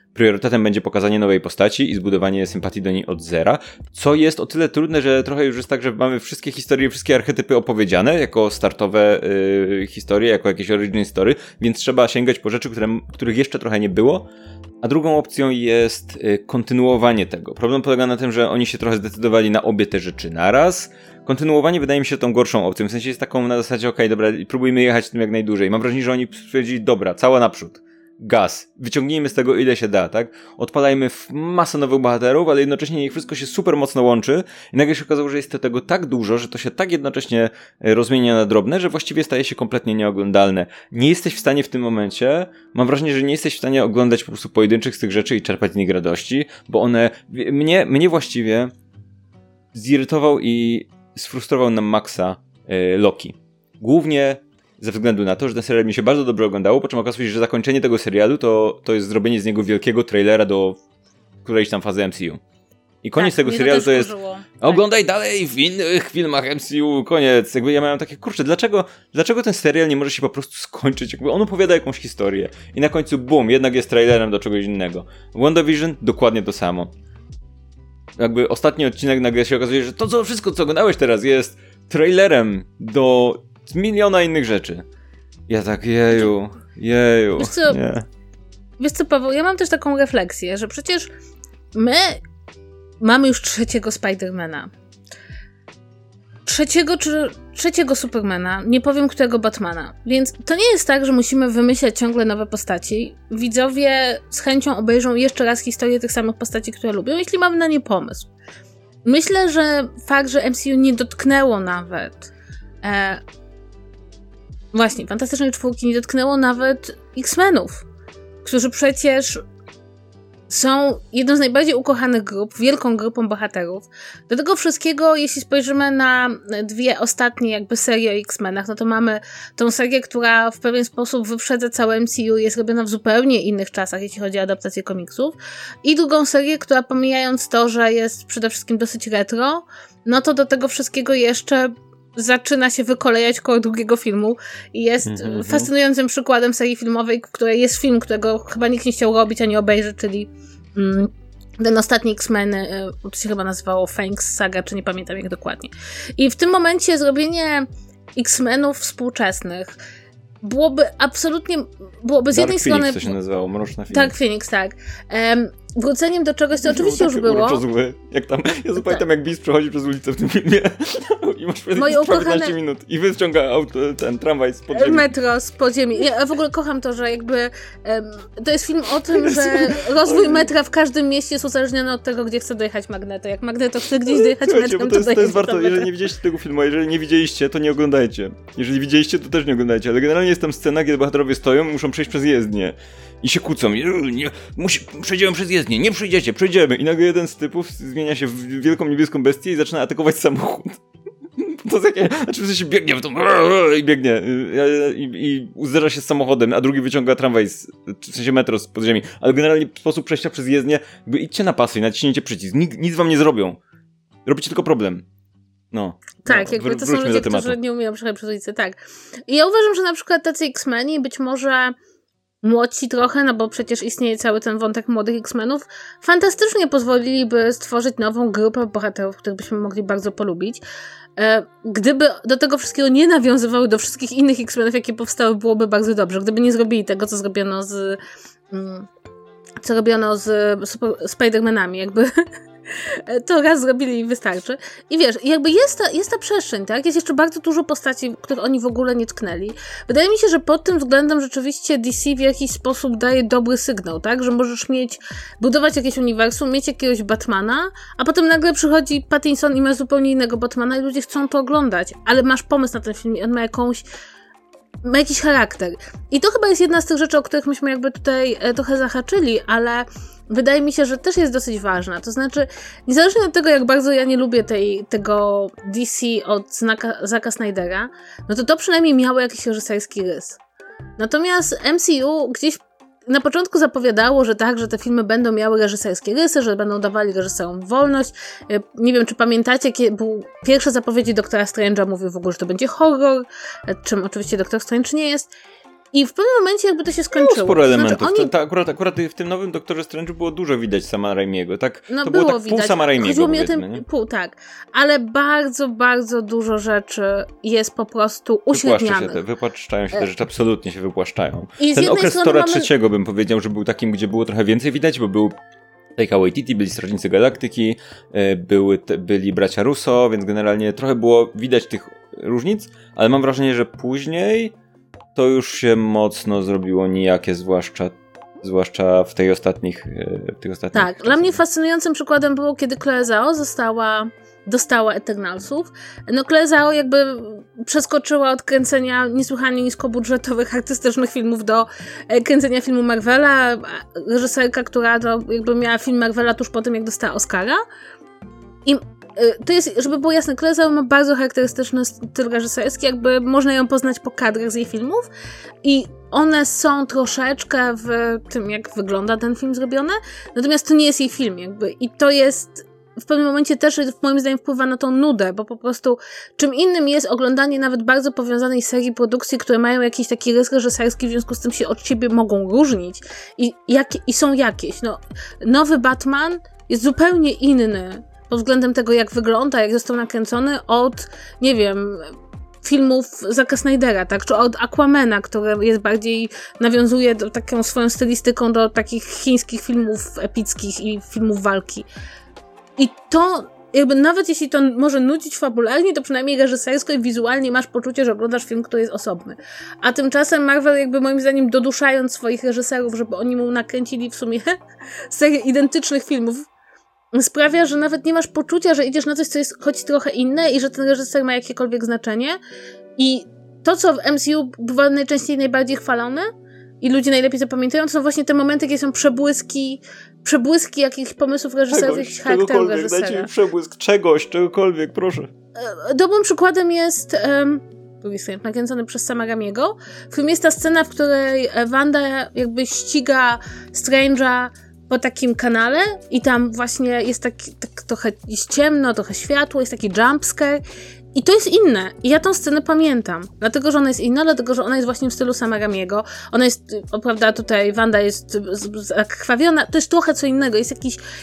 S1: priorytetem będzie pokazanie nowej postaci i zbudowanie sympatii do niej od zera, co jest o tyle trudne, że trochę już jest tak, że mamy wszystkie historie, wszystkie archetypy opowiedziane jako startowe historie, jako jakieś origin story, więc trzeba sięgać po rzeczy, których jeszcze trochę nie było. A drugą opcją jest kontynuowanie tego. Problem polega na tym, że oni się trochę zdecydowali na obie te rzeczy naraz. Kontynuowanie wydaje mi się tą gorszą opcją, w sensie jest taką na zasadzie, okej, dobra, próbujmy jechać tym jak najdłużej. Mam wrażenie, że oni stwierdzili, dobra, cała naprzód. Gaz. Wyciągnijmy z tego ile się da, tak? Odpalajmy masę nowych bohaterów, ale jednocześnie niech wszystko się super mocno łączy i nagle się okazało, że jest tego tak dużo, że to się tak jednocześnie rozmienia na drobne, że właściwie staje się kompletnie nieoglądalne. Nie jesteś w stanie w tym momencie, mam wrażenie, że nie jesteś w stanie oglądać po prostu pojedynczych z tych rzeczy i czerpać z nich radości, bo one mnie właściwie zirytował i sfrustrował na maksa Loki. Głównie ze względu na to, że ten serial mi się bardzo dobrze oglądało, po czym okazuje się, że zakończenie tego serialu to jest zrobienie z niego wielkiego trailera do którejś tam fazy MCU. I koniec tego serialu to jest oglądaj dalej w innych filmach MCU, koniec. Jakby ja miałem takie, kurczę, dlaczego ten serial nie może się po prostu skończyć? Jakby on opowiada jakąś historię i na końcu bum, jednak jest trailerem do czegoś innego. WandaVision dokładnie to samo. Jakby ostatni odcinek nagle się okazuje, że to wszystko, co oglądałeś teraz jest trailerem do miliona innych rzeczy. Ja tak, jeju.
S2: Wiesz co, Paweł, ja mam też taką refleksję, że przecież my mamy już trzeciego Spidermana. Trzeciego Supermana, nie powiem którego Batmana. Więc to nie jest tak, że musimy wymyślać ciągle nowe postaci. Widzowie z chęcią obejrzą jeszcze raz historię tych samych postaci, które lubią, jeśli mamy na nie pomysł. Myślę, że fakt, że MCU nie dotknęło nawet właśnie Fantastycznej Czwórki, nie dotknęło nawet X-Menów, którzy przecież są jedną z najbardziej ukochanych grup, wielką grupą bohaterów. Do tego wszystkiego, jeśli spojrzymy na dwie ostatnie jakby serie o X-Menach, no to mamy tą serię, która w pewien sposób wyprzedza całe MCU, jest robiona w zupełnie innych czasach, jeśli chodzi o adaptację komiksów. I drugą serię, która pomijając to, że jest przede wszystkim dosyć retro, no to do tego wszystkiego jeszcze zaczyna się wykolejać koło drugiego filmu i jest fascynującym przykładem serii filmowej, w której jest film, którego chyba nikt nie chciał robić ani obejrzeć, czyli ten ostatni X-Men, to się chyba nazywało Fangs Saga, czy nie pamiętam jak dokładnie. I w tym momencie zrobienie X-Menów współczesnych byłoby z jednej strony...
S1: Phoenix to się nazywało, Mroczna Phoenix.
S2: Tak, Phoenix, tak. Wróceniem do czegoś, co oczywiście już było.
S1: Zły. Jak tam, ja zapamiętam, jak Beast przechodzi przez ulicę w tym filmie i masz 15 minut i wyciąga ten tramwaj z podziemi.
S2: Metro z podziemi. Ja w ogóle kocham to, że jakby to jest film o tym, że rozwój metra w każdym mieście jest uzależniony od tego, gdzie chce dojechać Magneto. Jak Magneto chce gdzieś dojechać metrem,
S1: to jest warto, jeżeli nie widzieliście tego filmu, a jeżeli nie widzieliście, to nie oglądajcie. Jeżeli widzieliście, to też nie oglądajcie, ale generalnie jest tam scena, kiedy bohaterowie stoją i muszą przejść przez jezdnię. I się kłócą. Przejdziemy przez jezdnię. Nie przejdziecie, przejdziemy. I nagle jeden z typów zmienia się w wielką niebieską bestię i zaczyna atakować samochód. To jest takie... Znaczy w sensie biegnie w tą... I biegnie. I zderza się z samochodem, a drugi wyciąga tramwaj, w sensie metro z podziemi. Ale generalnie sposób przejścia przez jezdnię, jakby idźcie na pasy i naciśnijcie przycisk. Nic wam nie zrobią. Robicie tylko problem. No.
S2: Tak, jakby to są ludzie, którzy nie umieją przejechać przez ulicę, tak. I ja uważam, że na przykład tacy X-Meni być może... młodsi trochę, no bo przecież istnieje cały ten wątek młodych X-Menów, fantastycznie pozwoliliby stworzyć nową grupę bohaterów, których byśmy mogli bardzo polubić. Gdyby do tego wszystkiego nie nawiązywały do wszystkich innych X-Menów, jakie powstały, byłoby bardzo dobrze. Gdyby nie zrobili tego, co zrobiono z Spider-Manami, jakby to raz zrobili i wystarczy. I wiesz, jakby jest ta przestrzeń, tak? Jest jeszcze bardzo dużo postaci, których oni w ogóle nie tknęli. Wydaje mi się, że pod tym względem rzeczywiście DC w jakiś sposób daje dobry sygnał, tak? Że możesz budować jakieś uniwersum, mieć jakiegoś Batmana, a potem nagle przychodzi Pattinson i ma zupełnie innego Batmana i ludzie chcą to oglądać. Ale masz pomysł na ten film i on ma jakiś charakter. I to chyba jest jedna z tych rzeczy, o których myśmy jakby tutaj trochę zahaczyli, ale wydaje mi się, że też jest dosyć ważna. To znaczy, niezależnie od tego, jak bardzo ja nie lubię tego DC od Zacka Snydera, no to przynajmniej miało jakiś reżyserski rys. Natomiast MCU gdzieś na początku zapowiadało, że tak, że te filmy będą miały reżyserskie rysy, że będą dawali reżyserom wolność. Nie wiem, czy pamiętacie, jakie były pierwsze zapowiedzi Doktora Strange'a, mówił w ogóle, że to będzie horror, czym oczywiście Doktor Strange nie jest. I w pewnym momencie jakby to się skończyło.
S1: Było sporo elementów. Akurat w tym nowym Doktorze Strange'u było dużo widać Sama Raimiego. Tak,
S2: no
S1: to
S2: było
S1: tak
S2: widać.
S1: Pół Sama Raimiego.
S2: Chodziło mi o ten pół, tak. Ale bardzo, bardzo dużo rzeczy jest po prostu uśrednianych.
S1: Wypłaszczają się te rzeczy, absolutnie się wypłaszczają. Ten okres Tora trzeciego bym powiedział, że był takim, gdzie było trochę więcej widać, bo był Taika Waititi, byli Strażnicy Galaktyki, byli bracia Russo, więc generalnie trochę było widać tych różnic, ale mam wrażenie, że później to już się mocno zrobiło nijakie, zwłaszcza w tych ostatnich
S2: Tak, dla mnie fascynującym przykładem było, kiedy Chloe Zhao dostała Eternalsów. No Chloe Zhao jakby przeskoczyła od kręcenia niesłychanie niskobudżetowych, artystycznych filmów do kręcenia filmu Marvela. Reżyserka, która jakby miała film Marvela tuż po tym, jak dostała Oscara. I to jest, żeby było jasne, Chloe Zhao ma bardzo charakterystyczny styl reżyserski, jakby można ją poznać po kadrach z jej filmów i one są troszeczkę w tym, jak wygląda ten film zrobiony, natomiast to nie jest jej film jakby i to jest w pewnym momencie też moim zdaniem wpływa na tą nudę, bo po prostu czym innym jest oglądanie nawet bardzo powiązanej serii produkcji, które mają jakiś taki rys reżyserski, w związku z tym się od siebie mogą różnić i są jakieś. No, nowy Batman jest zupełnie inny pod względem tego, jak wygląda, jak został nakręcony od, nie wiem, filmów Zacka Snydera, tak? Czy od Aquamana, który jest bardziej, nawiązuje do taką swoją stylistyką do takich chińskich filmów epickich i filmów walki. I to jakby nawet jeśli to może nudzić fabularnie, to przynajmniej reżysersko i wizualnie masz poczucie, że oglądasz film, który jest osobny. A tymczasem Marvel jakby moim zdaniem doduszając swoich reżyserów, żeby oni mu nakręcili w sumie serię identycznych filmów, sprawia, że nawet nie masz poczucia, że idziesz na coś, co jest choć trochę inne i że ten reżyser ma jakiekolwiek znaczenie. I to, co w MCU bywa najczęściej najbardziej chwalone i ludzie najlepiej zapamiętają, to są właśnie te momenty, kiedy są przebłyski jakichś pomysłów reżyserów, jakichś charakterów reżysera.
S1: Dajcie mi przebłysk czegokolwiek, proszę.
S2: Dobrym przykładem jest drugi film nakręcony przez Sama Raimiego, w którym jest ta scena, w której Wanda jakby ściga Strange'a po takim kanale i tam właśnie jest tak trochę jest ciemno, trochę światło, jest taki jumpscare i to jest inne. I ja tą scenę pamiętam. Dlatego, że ona jest inna, dlatego, że ona jest właśnie w stylu Sama Raimiego. Ona jest, prawda, tutaj Wanda jest zakrwawiona. To jest trochę co innego. Jest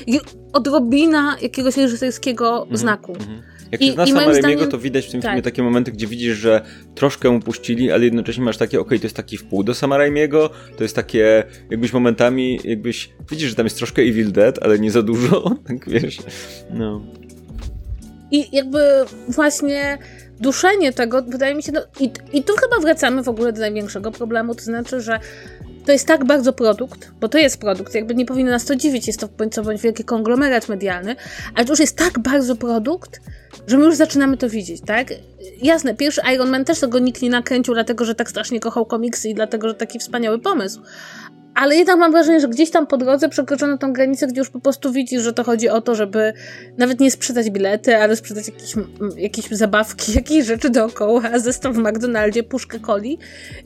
S2: odrobina jakiegoś reżyserskiego znaku.
S1: Jak się zna Sama Raimiego, to widać w tym filmie takie momenty, gdzie widzisz, że troszkę mu puścili, ale jednocześnie masz takie, to jest taki wpół do Sama Raimiego, to jest takie, jakbyś momentami, widzisz, że tam jest troszkę Evil Dead, ale nie za dużo, tak wiesz, no.
S2: I jakby właśnie duszenie tego, wydaje mi się, i tu chyba wracamy w ogóle do największego problemu, to znaczy, że to jest tak bardzo produkt, bo to jest produkt, jakby nie powinno nas to dziwić, jest to bądź co bądź wielki konglomerat medialny, ale to już jest tak bardzo produkt, że my już zaczynamy to widzieć, tak? Jasne, pierwszy Iron Man też tego nikt nie nakręcił, dlatego, że tak strasznie kochał komiksy i dlatego, że taki wspaniały pomysł. Ale jednak mam wrażenie, że gdzieś tam po drodze przekroczono tą granicę, gdzie już po prostu widzisz, że to chodzi o to, żeby nawet nie sprzedać bilety, ale sprzedać jakieś zabawki, jakieś rzeczy dookoła, zestaw w McDonaldzie, puszkę coli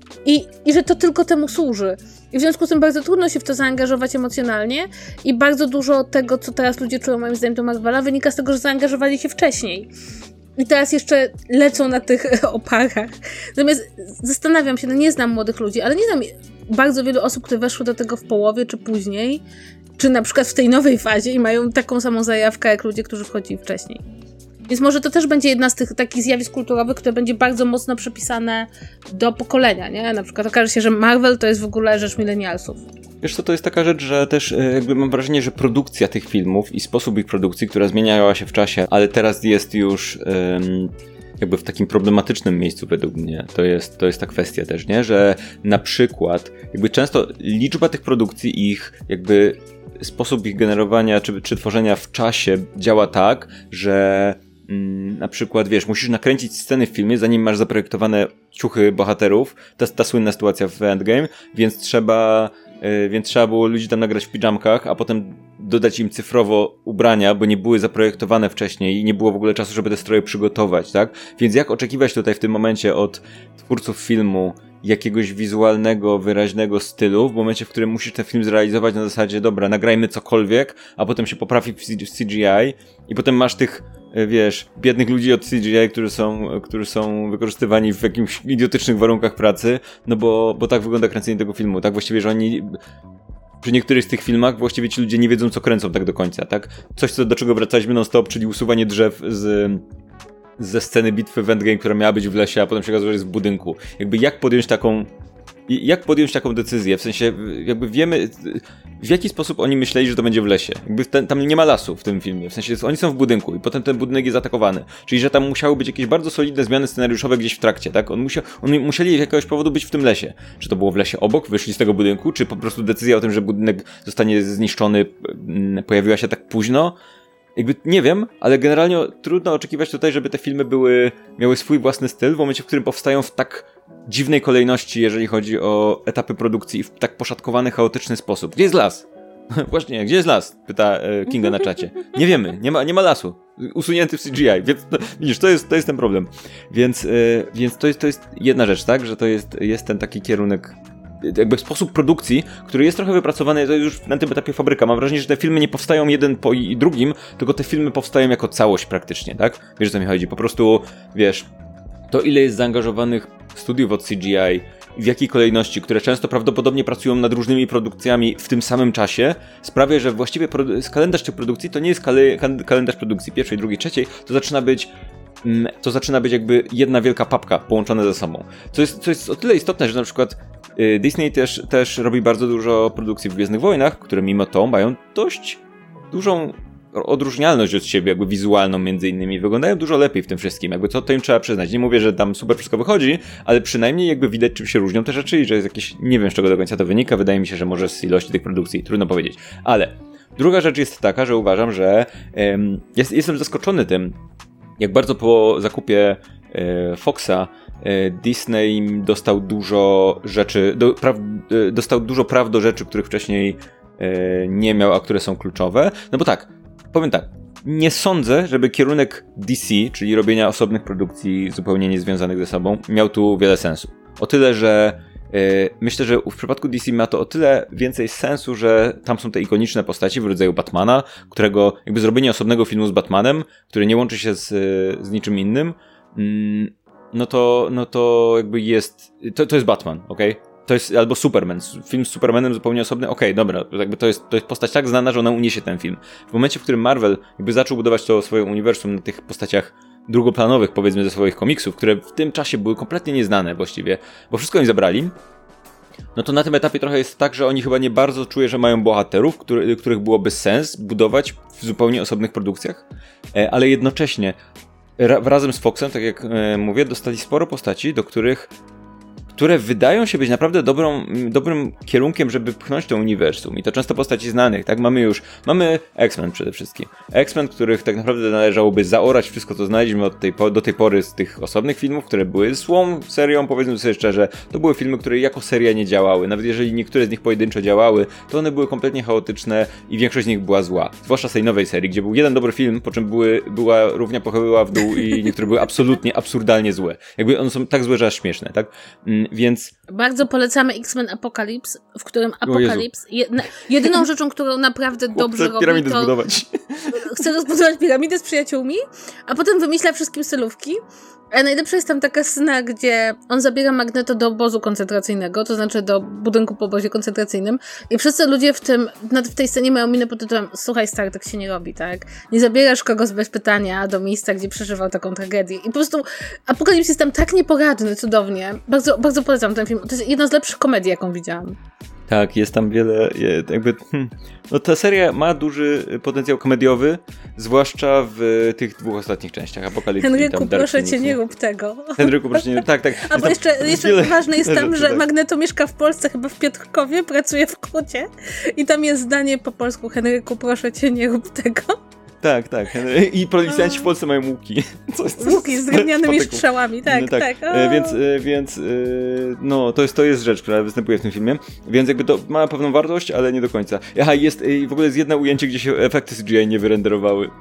S2: i że to tylko temu służy. I w związku z tym bardzo trudno się w to zaangażować emocjonalnie i bardzo dużo tego, co teraz ludzie czują moim zdaniem do Marvela, wynika z tego, że zaangażowali się wcześniej. I teraz jeszcze lecą na tych oparach. Natomiast zastanawiam się, nie znam młodych ludzi, ale nie znam bardzo wielu osób, które weszły do tego w połowie czy później, czy na przykład w tej nowej fazie i mają taką samą zajawkę jak ludzie, którzy wchodzili wcześniej. Więc może to też będzie jedna z tych takich zjawisk kulturowych, które będzie bardzo mocno przypisane do pokolenia, nie? Na przykład okaże się, że Marvel to jest w ogóle rzecz milenialsów.
S1: Wiesz co, to jest taka rzecz, że też jakby mam wrażenie, że produkcja tych filmów i sposób ich produkcji, która zmieniała się w czasie, ale teraz jest już jakby w takim problematycznym miejscu według mnie. To jest ta kwestia też, nie? Że na przykład jakby często liczba tych produkcji, ich jakby sposób ich generowania czy tworzenia w czasie działa tak, że na przykład, wiesz, musisz nakręcić sceny w filmie, zanim masz zaprojektowane ciuchy bohaterów. To jest ta słynna sytuacja w Endgame, więc trzeba było ludzi tam nagrać w pidżamkach, a potem dodać im cyfrowo ubrania, bo nie były zaprojektowane wcześniej i nie było w ogóle czasu, żeby te stroje przygotować, tak? Więc jak oczekiwać tutaj w tym momencie od twórców filmu jakiegoś wizualnego, wyraźnego stylu, w momencie, w którym musisz ten film zrealizować na zasadzie, dobra, nagrajmy cokolwiek, a potem się poprawi w CGI i potem masz tych wiesz, biednych ludzi od CGI, którzy są wykorzystywani w jakimś idiotycznych warunkach pracy, no bo tak wygląda kręcenie tego filmu, tak? Właściwie, że oni przy niektórych z tych filmach właściwie ci ludzie nie wiedzą, co kręcą tak do końca, tak? Coś, do czego wracaliśmy non-stop, czyli usuwanie drzew ze sceny bitwy w Endgame, która miała być w lesie, a potem się okazało, że jest w budynku. Jakby jak podjąć taką decyzję? W sensie, jakby wiemy, w jaki sposób oni myśleli, że to będzie w lesie. Jakby tam nie ma lasu w tym filmie. W sensie, oni są w budynku i potem ten budynek jest atakowany. Czyli, że tam musiały być jakieś bardzo solidne zmiany scenariuszowe gdzieś w trakcie, tak? Oni musieli z jakiegoś powodu być w tym lesie. Czy to było w lesie obok, wyszli z tego budynku, czy po prostu decyzja o tym, że budynek zostanie zniszczony, pojawiła się tak późno? Jakby nie wiem, ale generalnie trudno oczekiwać tutaj, żeby te filmy miały swój własny styl w momencie, w którym powstają w tak dziwnej kolejności, jeżeli chodzi o etapy produkcji i w tak poszatkowany, chaotyczny sposób. Gdzie jest las? Właśnie, gdzie jest las? Pyta Kinga na czacie. Nie wiemy, nie ma lasu. Usunięty w CGI, więc widzisz, to jest ten problem. Więc to jest jedna rzecz, tak? Że to jest ten taki kierunek, jakby sposób produkcji, który jest trochę wypracowany, to już na tym etapie fabryka. Mam wrażenie, że te filmy nie powstają jeden po drugim, tylko te filmy powstają jako całość praktycznie, tak? Wiesz, o co mi chodzi? Po prostu, wiesz, to ile jest zaangażowanych studiów od CGI i w jakiej kolejności, które często prawdopodobnie pracują nad różnymi produkcjami w tym samym czasie, sprawia, że właściwie kalendarz tych produkcji to nie jest kalendarz produkcji pierwszej, drugiej, trzeciej, to zaczyna być jakby jedna wielka papka połączona ze sobą. Co jest o tyle istotne, że na przykład Disney też robi bardzo dużo produkcji w Gwiezdnych Wojnach, które mimo to mają dość dużą odróżnialność od siebie, jakby wizualną między innymi. Wyglądają dużo lepiej w tym wszystkim, jakby to im trzeba przyznać. Nie mówię, że tam super wszystko wychodzi, ale przynajmniej jakby widać, czym się różnią te rzeczy i że jest jakieś, nie wiem z czego do końca to wynika, wydaje mi się, że może z ilości tych produkcji, trudno powiedzieć. Ale druga rzecz jest taka, że uważam, że jestem zaskoczony tym, jak bardzo po zakupie Foxa Disney dostał dużo rzeczy, dostał dużo praw do rzeczy, których wcześniej nie miał, a które są kluczowe. No bo tak, powiem tak, nie sądzę, żeby kierunek DC, czyli robienia osobnych produkcji zupełnie niezwiązanych ze sobą, miał tu wiele sensu. O tyle, że myślę, że w przypadku DC ma to o tyle więcej sensu, że tam są te ikoniczne postaci w rodzaju Batmana, którego jakby zrobienie osobnego filmu z Batmanem, który nie łączy się z niczym innym, no to jakby jest, to jest Batman, okej? To jest albo Superman, film z Supermanem zupełnie osobny, okej, dobra, jakby to jest postać tak znana, że ona uniesie ten film. W momencie, w którym Marvel jakby zaczął budować to swoje uniwersum na tych postaciach drugoplanowych, powiedzmy, ze swoich komiksów, które w tym czasie były kompletnie nieznane właściwie, bo wszystko im zabrali, no to na tym etapie trochę jest tak, że oni chyba nie bardzo czują, że mają bohaterów, których byłoby sens budować w zupełnie osobnych produkcjach, ale jednocześnie razem z Foxem, tak jak mówię, dostali sporo postaci, które wydają się być naprawdę dobrym kierunkiem, żeby pchnąć to uniwersum. I to często postaci znanych, tak? Mamy X-Men przede wszystkim. X-Men, których tak naprawdę należałoby zaorać wszystko, co znaleźliśmy do tej pory z tych osobnych filmów, które były złą serią, powiedzmy sobie szczerze. To były filmy, które jako seria nie działały. Nawet jeżeli niektóre z nich pojedynczo działały, to one były kompletnie chaotyczne i większość z nich była zła. Zwłaszcza z tej nowej serii, gdzie był jeden dobry film, po czym była równia pochyła w dół i niektóre były absolutnie, absurdalnie złe. Jakby one są tak złe, że aż śmieszne, tak? Więc...
S2: Bardzo polecamy X-Men Apocalypse, w którym Apocalypse, jedyną rzeczą, którą naprawdę dobrze robi,
S1: piramidę zbudować.
S2: Chce rozbudować piramidę z przyjaciółmi, a potem wymyśla wszystkim celówki. A najlepsza jest tam taka scena, gdzie on zabiera Magneto do obozu koncentracyjnego, to znaczy do budynku po obozie koncentracyjnym i wszyscy ludzie w tej scenie mają minę pod tytułem: słuchaj stary, tak się nie robi, tak? Nie zabierasz kogoś bez pytania do miejsca, gdzie przeżywał taką tragedię. I po prostu Apokalips jest tam tak nieporadny, cudownie. Bardzo, bardzo polecam ten film. To jest jedna z lepszych komedii, jaką widziałam.
S1: Tak, jest tam wiele, jakby, no ta seria ma duży potencjał komediowy, zwłaszcza w tych dwóch ostatnich częściach, Apokalipsy.
S2: Henryku, proszę cię, nie rób tego.
S1: Henryku, proszę cię, nie, tak.
S2: A bo jeszcze ważne jest tam, że Magneto mieszka w Polsce, chyba w Piotrkowie, pracuje w Kocie i tam jest zdanie po polsku: Henryku, proszę cię, nie rób tego.
S1: Tak. I policjanci w Polsce mają łuki.
S2: Łuki z drewnianymi strzałami, tak.
S1: Więc no, to jest rzecz, która występuje w tym filmie. Więc jakby to ma pewną wartość, ale nie do końca. Aha, w ogóle jest jedno ujęcie, gdzie się efekty CGI nie wyrenderowały.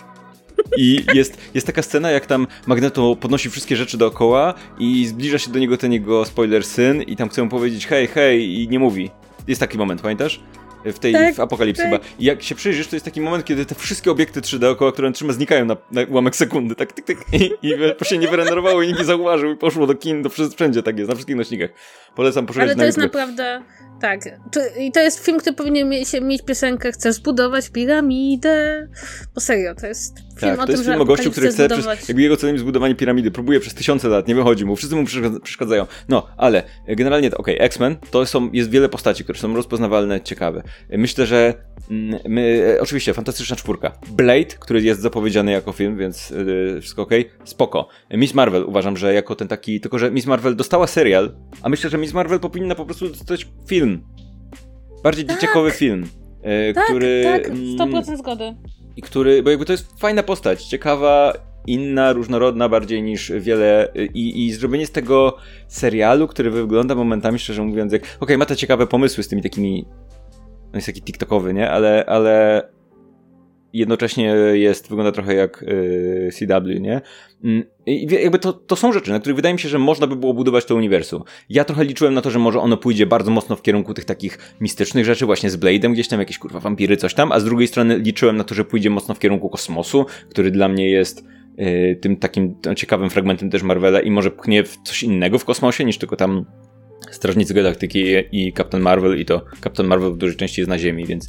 S1: I jest taka scena, jak tam Magneto podnosi wszystkie rzeczy dookoła i zbliża się do niego ten jego spoiler syn i tam chce mu powiedzieć hej i nie mówi. Jest taki moment, pamiętasz? w Apokalipsy chyba. I jak się przyjrzysz, to jest taki moment, kiedy te wszystkie obiekty 3D dookoła, które trzyma, znikają na ułamek sekundy, tak, i się nie wyrenderowało i nikt nie zauważył i poszło do kin, wszędzie tak jest, na wszystkich nośnikach. Polecam poszukać.
S2: Ale to jest naprawdę, tak. I to jest film, który powinien mieć piosenkę "Chcesz zbudować piramidę", bo serio, to jest film o tym, że film o gościu, który chce
S1: jakby jego celem jest zbudowanie piramidy, próbuje przez 1000 lat, nie wychodzi mu, wszyscy mu przeszkadzają. No, ale generalnie to X-Men, jest wiele postaci, które są rozpoznawalne, ciekawe. Myślę, że oczywiście fantastyczna czwórka. Blade, który jest zapowiedziany jako film, więc wszystko okej. Spoko. Miss Marvel uważam, że jako ten taki, tylko że Miss Marvel dostała serial, a myślę, że Miss Marvel powinna po prostu dostać film. Bardziej dzieciakowy film. Który...
S2: Tak, 100% zgody.
S1: I który, bo jakby to jest fajna postać, ciekawa, inna, różnorodna bardziej niż wiele i zrobienie z tego serialu, który wygląda momentami, szczerze mówiąc, jak ma te ciekawe pomysły z tymi takimi, on jest taki tiktokowy, nie? Ale jednocześnie wygląda trochę jak CW, nie? I jakby to są rzeczy, na których wydaje mi się, że można by było budować to uniwersum. Ja trochę liczyłem na to, że może ono pójdzie bardzo mocno w kierunku tych takich mistycznych rzeczy, właśnie z Blade'em, gdzieś tam jakieś wampiry, coś tam, a z drugiej strony liczyłem na to, że pójdzie mocno w kierunku kosmosu, który dla mnie jest tym takim ciekawym fragmentem też Marvela i może pchnie w coś innego w kosmosie, niż tylko tam Strażnicy Galaktyki i Captain Marvel, i to Captain Marvel w dużej części jest na Ziemi, więc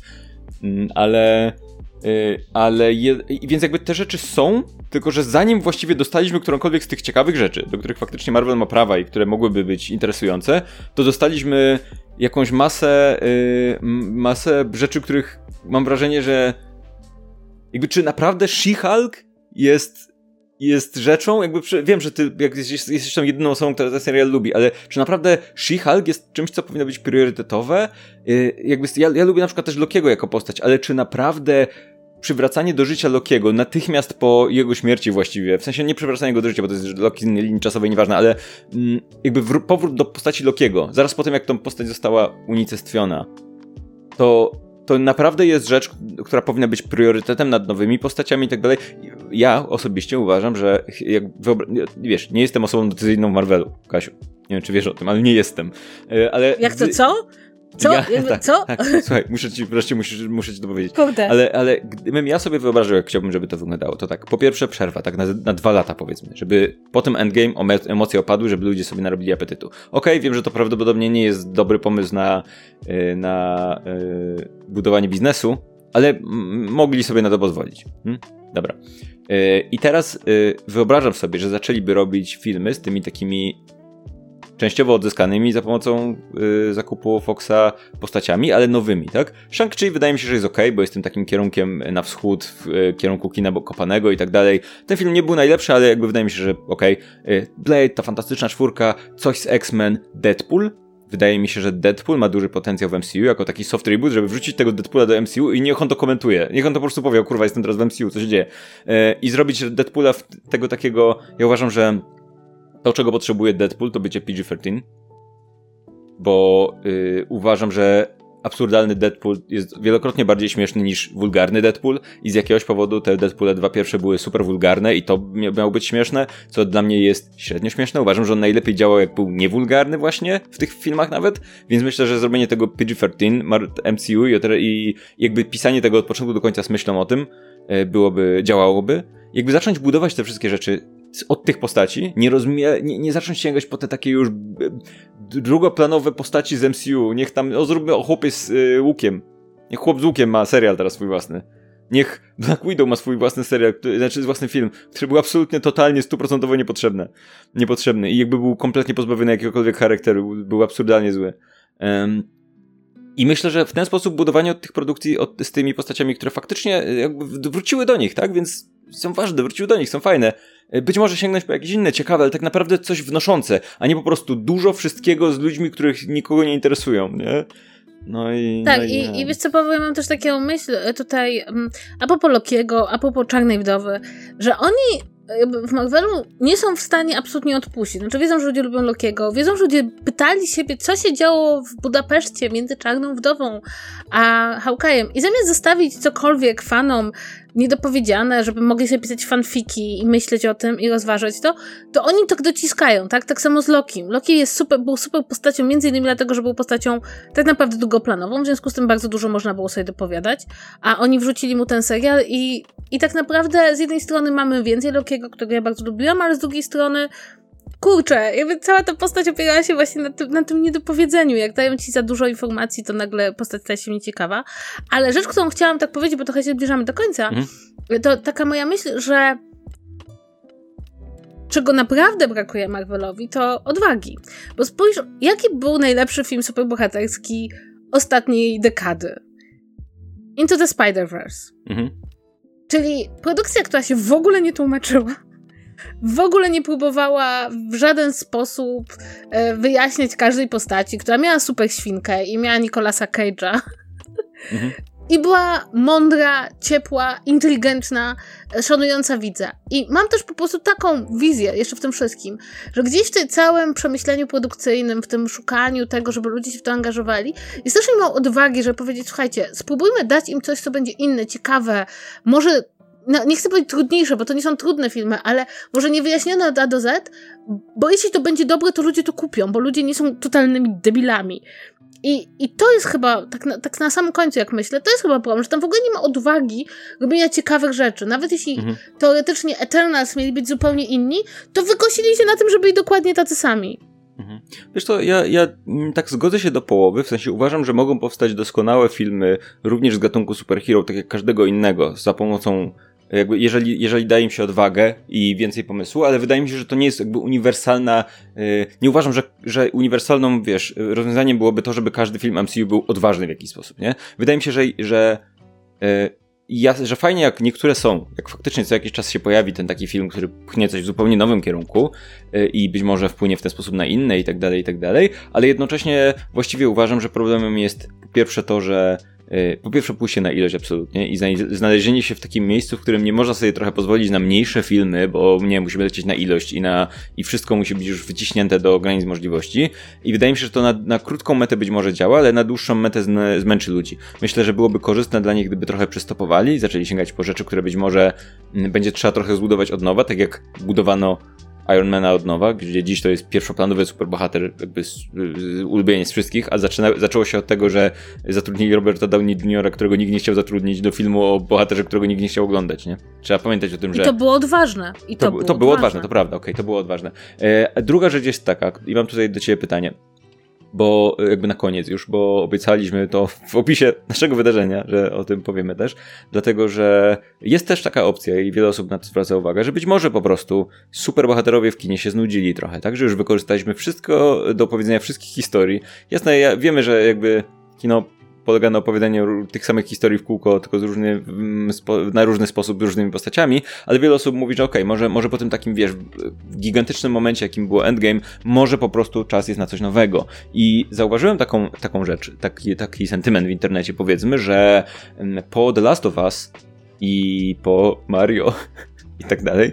S1: więc jakby te rzeczy są, tylko że zanim właściwie dostaliśmy którąkolwiek z tych ciekawych rzeczy, do których faktycznie Marvel ma prawa i które mogłyby być interesujące, to dostaliśmy jakąś masę rzeczy, których mam wrażenie, że jakby czy naprawdę She-Hulk jest rzeczą, jakby wiem, że ty jesteś tą jedyną osobą, która ten serial lubi, ale czy naprawdę She-Hulk jest czymś, co powinno być priorytetowe? Ja lubię na przykład też Lokiego jako postać, ale czy naprawdę przywracanie do życia Lokiego natychmiast po jego śmierci właściwie, w sensie nie przywracanie go do życia, bo to jest Loki z innej linii czasowej, nieważne, ale jakby powrót do postaci Lokiego, zaraz po tym, jak tą postać została unicestwiona, to naprawdę jest rzecz, która powinna być priorytetem nad nowymi postaciami i tak dalej. Ja osobiście uważam, że wiesz, nie jestem osobą decyzyjną w Marvelu, Kasiu. Nie wiem, czy wiesz o tym, ale nie jestem. Ale
S2: jak to co? Co? Co?
S1: Tak. Słuchaj, muszę ci to powiedzieć.
S2: Kurde.
S1: Ale gdybym ja sobie wyobrażał, jak chciałbym, żeby to wyglądało, to tak, po pierwsze przerwa, tak na 2 lata powiedzmy, żeby po tym Endgame emocje opadły, żeby ludzie sobie narobili apetytu. Wiem, że to prawdopodobnie nie jest dobry pomysł na budowanie biznesu, ale mogli sobie na to pozwolić. Dobra. I teraz wyobrażam sobie, że zaczęliby robić filmy z tymi takimi częściowo odzyskanymi za pomocą zakupu Foxa postaciami, ale nowymi, tak? Shang-Chi wydaje mi się, że jest okej, bo jest tym takim kierunkiem na wschód, w kierunku kina kopanego i tak dalej. Ten film nie był najlepszy, ale jakby wydaje mi się, że okej. Blade, ta fantastyczna czwórka, coś z X-Men, Deadpool. Wydaje mi się, że Deadpool ma duży potencjał w MCU, jako taki soft reboot, żeby wrzucić tego Deadpoola do MCU i niech on to komentuje. Niech on to po prostu powie, kurwa, jestem teraz w MCU, co się dzieje? I zrobić Deadpoola tego takiego, ja uważam, że to, czego potrzebuje Deadpool, to bycie PG-13, bo uważam, że absurdalny Deadpool jest wielokrotnie bardziej śmieszny niż wulgarny Deadpool i z jakiegoś powodu te Deadpoole 2 pierwsze były super wulgarne i to miało być śmieszne, co dla mnie jest średnio śmieszne. Uważam, że on najlepiej działał, jak był niewulgarny właśnie w tych filmach nawet, więc myślę, że zrobienie tego PG-13 MCU i jakby pisanie tego od początku do końca z myślą o tym działałoby. Jakby zacząć budować te wszystkie rzeczy od tych postaci, nie zacząć sięgać po te takie już drugoplanowe postaci z MCU. Niech tam, zróbmy o chłopie z łukiem. Niech chłop z łukiem ma serial teraz swój własny. Niech Black Widow ma swój własny serial, własny film, który był absolutnie, totalnie, 100% niepotrzebny i jakby był kompletnie pozbawiony jakiegokolwiek charakteru, był absurdalnie zły. I myślę, że w ten sposób budowanie od tych produkcji z tymi postaciami, które faktycznie jakby wróciły do nich, tak? Więc są ważne, wróciły do nich, są fajne. Być może sięgnąć po jakieś inne, ciekawe, ale tak naprawdę coś wnoszące, a nie po prostu dużo wszystkiego z ludźmi, których nikogo nie interesują, nie?
S2: I wiesz co, powiem, mam też taką myśl tutaj a propos Lokiego, a propos Czarnej Wdowy, że oni w Marvelu nie są w stanie absolutnie odpuścić. Znaczy wiedzą, że ludzie lubią Lokiego, wiedzą, że ludzie pytali siebie, co się działo w Budapeszcie między Czarną Wdową a Hawkeye'em i zamiast zostawić cokolwiek fanom niedopowiedziane, żeby mogli sobie pisać fanfiki i myśleć o tym i rozważać to oni tak dociskają, tak? Tak samo z Lokim. Loki był super postacią, między innymi dlatego, że był postacią tak naprawdę drugoplanową, w związku z tym bardzo dużo można było sobie dopowiadać, a oni wrzucili mu ten serial i tak naprawdę z jednej strony mamy więcej Lokiego, którego ja bardzo lubiłam, ale z drugiej strony kurczę, jakby cała ta postać opierała się właśnie na tym niedopowiedzeniu. Jak dają ci za dużo informacji, to nagle postać staje się nieciekawa. Ale rzecz, którą chciałam tak powiedzieć, bo trochę się zbliżamy do końca, to taka moja myśl, że czego naprawdę brakuje Marvelowi, to odwagi. Bo spójrz, jaki był najlepszy film superbohaterski ostatniej dekady? Into the Spider-Verse. Czyli produkcja, która się w ogóle nie tłumaczyła, w ogóle nie próbowała w żaden sposób wyjaśniać każdej postaci, która miała super świnkę i miała Nicolasa Cage'a. I była mądra, ciepła, inteligentna, szanująca widza. I mam też po prostu taką wizję jeszcze w tym wszystkim, że gdzieś w tym całym przemyśleniu produkcyjnym, w tym szukaniu tego, żeby ludzie się w to angażowali, jest też mało odwagi, żeby powiedzieć, słuchajcie, spróbujmy dać im coś, co będzie inne, ciekawe, może nie chcę powiedzieć trudniejsze, bo to nie są trudne filmy, ale może nie wyjaśnione od A do Z, bo jeśli to będzie dobre, to ludzie to kupią, bo ludzie nie są totalnymi debilami. I to jest chyba, tak na samym końcu jak myślę, to jest chyba problem, że tam w ogóle nie ma odwagi robienia ciekawych rzeczy. Nawet jeśli teoretycznie Eternals mieli być zupełnie inni, to wykosili się na tym, żeby byli dokładnie tacy sami.
S1: Wiesz co, ja tak zgodzę się do połowy, w sensie uważam, że mogą powstać doskonałe filmy również z gatunku superhero, tak jak każdego innego, za pomocą jakby, jeżeli da im się odwagę i więcej pomysłu, ale wydaje mi się, że to nie jest jakby uniwersalna, nie uważam, że uniwersalną, wiesz, rozwiązaniem byłoby to, żeby każdy film MCU był odważny w jakiś sposób, nie? Wydaje mi się, że fajnie jak niektóre są, jak faktycznie co jakiś czas się pojawi ten taki film, który pchnie coś w zupełnie nowym kierunku i być może wpłynie w ten sposób na inne i tak dalej, ale jednocześnie właściwie uważam, że problemem jest po pierwsze to, że po pierwsze pójście na ilość absolutnie i znalezienie się w takim miejscu, w którym nie można sobie trochę pozwolić na mniejsze filmy, bo nie, musimy lecieć na ilość i wszystko musi być już wyciśnięte do granic możliwości i wydaje mi się, że to na krótką metę być może działa, ale na dłuższą metę zmęczy ludzi. Myślę, że byłoby korzystne dla nich, gdyby trochę przystopowali i zaczęli sięgać po rzeczy, które być może będzie trzeba trochę zbudować od nowa, tak jak budowano Ironmana od nowa, gdzie dziś to jest pierwszoplanowy superbohater, jakby ulubieniec wszystkich, a zaczęło się od tego, że zatrudnili Roberta Downey Jr., którego nikt nie chciał zatrudnić do filmu o bohaterze, którego nikt nie chciał oglądać, nie? Trzeba pamiętać o tym, że...
S2: I to było odważne.
S1: To było odważne, to prawda, okej, to było odważne. Druga rzecz jest taka, i mam tutaj do ciebie pytanie, bo jakby na koniec już, bo obiecaliśmy to w opisie naszego wydarzenia, że o tym powiemy też, dlatego, że jest też taka opcja i wiele osób na to zwraca uwagę, że być może po prostu superbohaterowie w kinie się znudzili trochę, tak, że już wykorzystaliśmy wszystko do opowiedzenia wszystkich historii. Jasne, wiemy, że jakby kino polega na opowiadaniu tych samych historii w kółko, tylko na różny sposób, z różnymi postaciami, ale wiele osób mówi, że okej, może po tym takim, wiesz, gigantycznym momencie, jakim było Endgame, może po prostu czas jest na coś nowego. I zauważyłem taką rzecz, taki sentyment w internecie, powiedzmy, że po The Last of Us i po Mario i tak dalej,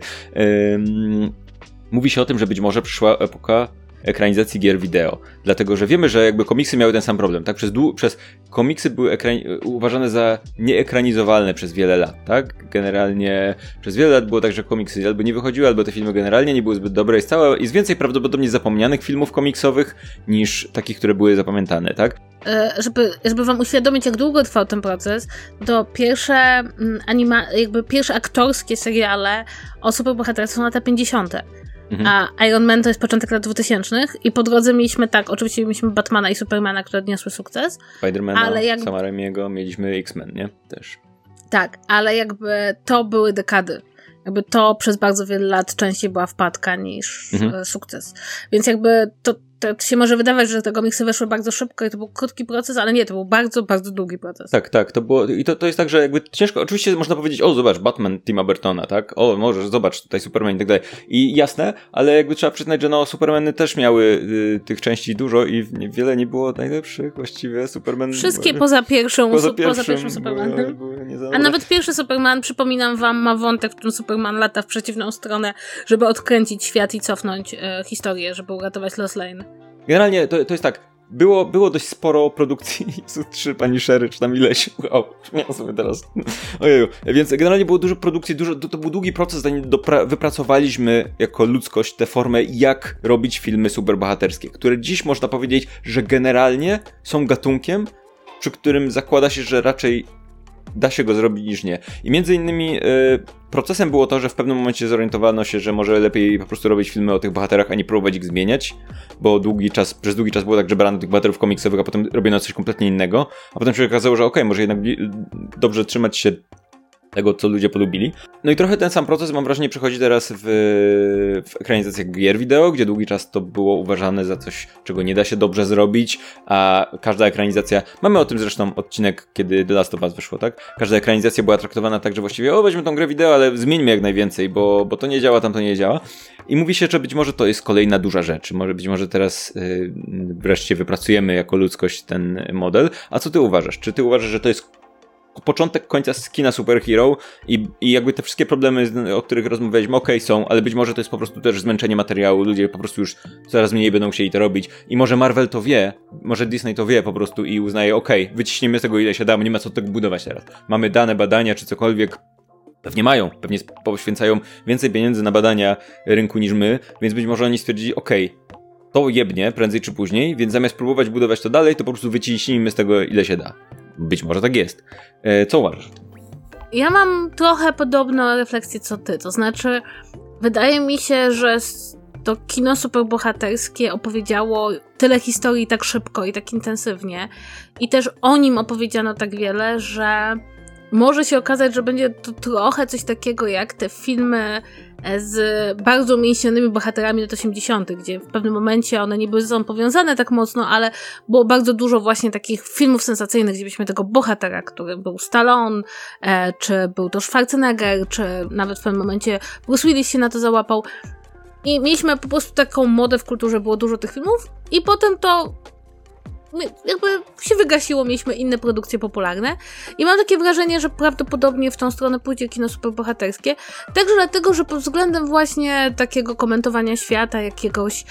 S1: mówi się o tym, że być może przyszła epoka ekranizacji gier wideo. Dlatego, że wiemy, że jakby komiksy miały ten sam problem, tak? Przez komiksy były uważane za nieekranizowalne przez wiele lat, tak? Generalnie przez wiele lat było tak, że komiksy albo nie wychodziły, albo te filmy generalnie nie były zbyt dobre. Jest więcej prawdopodobnie zapomnianych filmów komiksowych niż takich, które były zapamiętane, tak?
S2: Żeby wam uświadomić, jak długo trwał ten proces, to pierwsze pierwsze aktorskie seriale o superbohaterach są lata 50. A Iron Man to jest początek lat 2000 i po drodze oczywiście mieliśmy Batmana i Supermana, które odniosły sukces.
S1: Spidermana, Sama Raimiego, mieliśmy X-Men, nie? Też.
S2: Tak, ale jakby to były dekady. Jakby to przez bardzo wiele lat częściej była wpadka niż sukces. Więc jakby to się może wydawać, że te komiksy weszły bardzo szybko i to był krótki proces, ale nie, to był bardzo, bardzo długi proces.
S1: Tak, to było, i to jest tak, że jakby ciężko, oczywiście można powiedzieć, o zobacz, Batman Tima Burtona, tak, o możesz, zobacz, tutaj Superman i tak dalej. I jasne, ale jakby trzeba przyznać, że Supermany też miały tych części dużo i wiele nie było najlepszych, właściwie Superman...
S2: Wszystkie poza pierwszym Supermanem. A nawet pierwszy Superman, przypominam wam, ma wątek, w którym Superman lata w przeciwną stronę, żeby odkręcić świat i cofnąć historię, żeby uratować Lois Lane.
S1: Generalnie to jest tak, było dość sporo produkcji X3, pani Sherry, czy tam ileś. Śmiałem sobie teraz. Ojeju. Więc generalnie było dużo produkcji, to był długi proces, zanim wypracowaliśmy jako ludzkość tę formę, jak robić filmy superbohaterskie, które dziś można powiedzieć, że generalnie są gatunkiem, przy którym zakłada się, że raczej da się go zrobić niż nie. I między innymi procesem było to, że w pewnym momencie zorientowano się, że może lepiej po prostu robić filmy o tych bohaterach, a nie próbować ich zmieniać, bo przez długi czas było tak, że brano tych bohaterów komiksowych, a potem robiono coś kompletnie innego, a potem się okazało, że okej, może jednak dobrze trzymać się tego, co ludzie polubili. No i trochę ten sam proces, mam wrażenie, przechodzi teraz w ekranizacjach gier wideo, gdzie długi czas to było uważane za coś, czego nie da się dobrze zrobić, a każda ekranizacja, mamy o tym zresztą odcinek, kiedy The Last of Us wyszło, tak? Każda ekranizacja była traktowana tak, że właściwie weźmy tą grę wideo, ale zmieńmy jak najwięcej, bo to nie działa, tam to nie działa. I mówi się, że być może to jest kolejna duża rzecz. Być może teraz wreszcie wypracujemy jako ludzkość ten model. A co ty uważasz? Czy ty uważasz, że to jest początek końca kina superhero i jakby te wszystkie problemy, o których rozmawialiśmy, są, ale być może to jest po prostu też zmęczenie materiału, ludzie po prostu już coraz mniej będą chcieli to robić i może Marvel to wie, może Disney to wie po prostu i uznaje, wyciśniemy z tego ile się da, bo nie ma co tego budować teraz. Mamy dane badania czy cokolwiek, pewnie poświęcają więcej pieniędzy na badania rynku niż my, więc być może oni stwierdzili, to jebnie prędzej czy później, więc zamiast próbować budować to dalej, to po prostu wyciśnijmy z tego ile się da. Być może tak jest. Co uważasz?
S2: Ja mam trochę podobną refleksję co ty. To znaczy, wydaje mi się, że to kino superbohaterskie opowiedziało tyle historii tak szybko i tak intensywnie i też o nim opowiedziano tak wiele, że może się okazać, że będzie to trochę coś takiego jak te filmy z bardzo umięśnionymi bohaterami lat 80., gdzie w pewnym momencie one nie były ze sobą powiązane tak mocno, ale było bardzo dużo właśnie takich filmów sensacyjnych, gdzie byliśmy tego bohatera, który był Stallone, czy był to Schwarzenegger, czy nawet w pewnym momencie Bruce Willis się na to załapał. I mieliśmy po prostu taką modę w kulturze, było dużo tych filmów i potem to jakby się wygasiło, mieliśmy inne produkcje popularne i mam takie wrażenie, że prawdopodobnie w tą stronę pójdzie kino superbohaterskie, także dlatego, że pod względem właśnie takiego komentowania świata, jakiegoś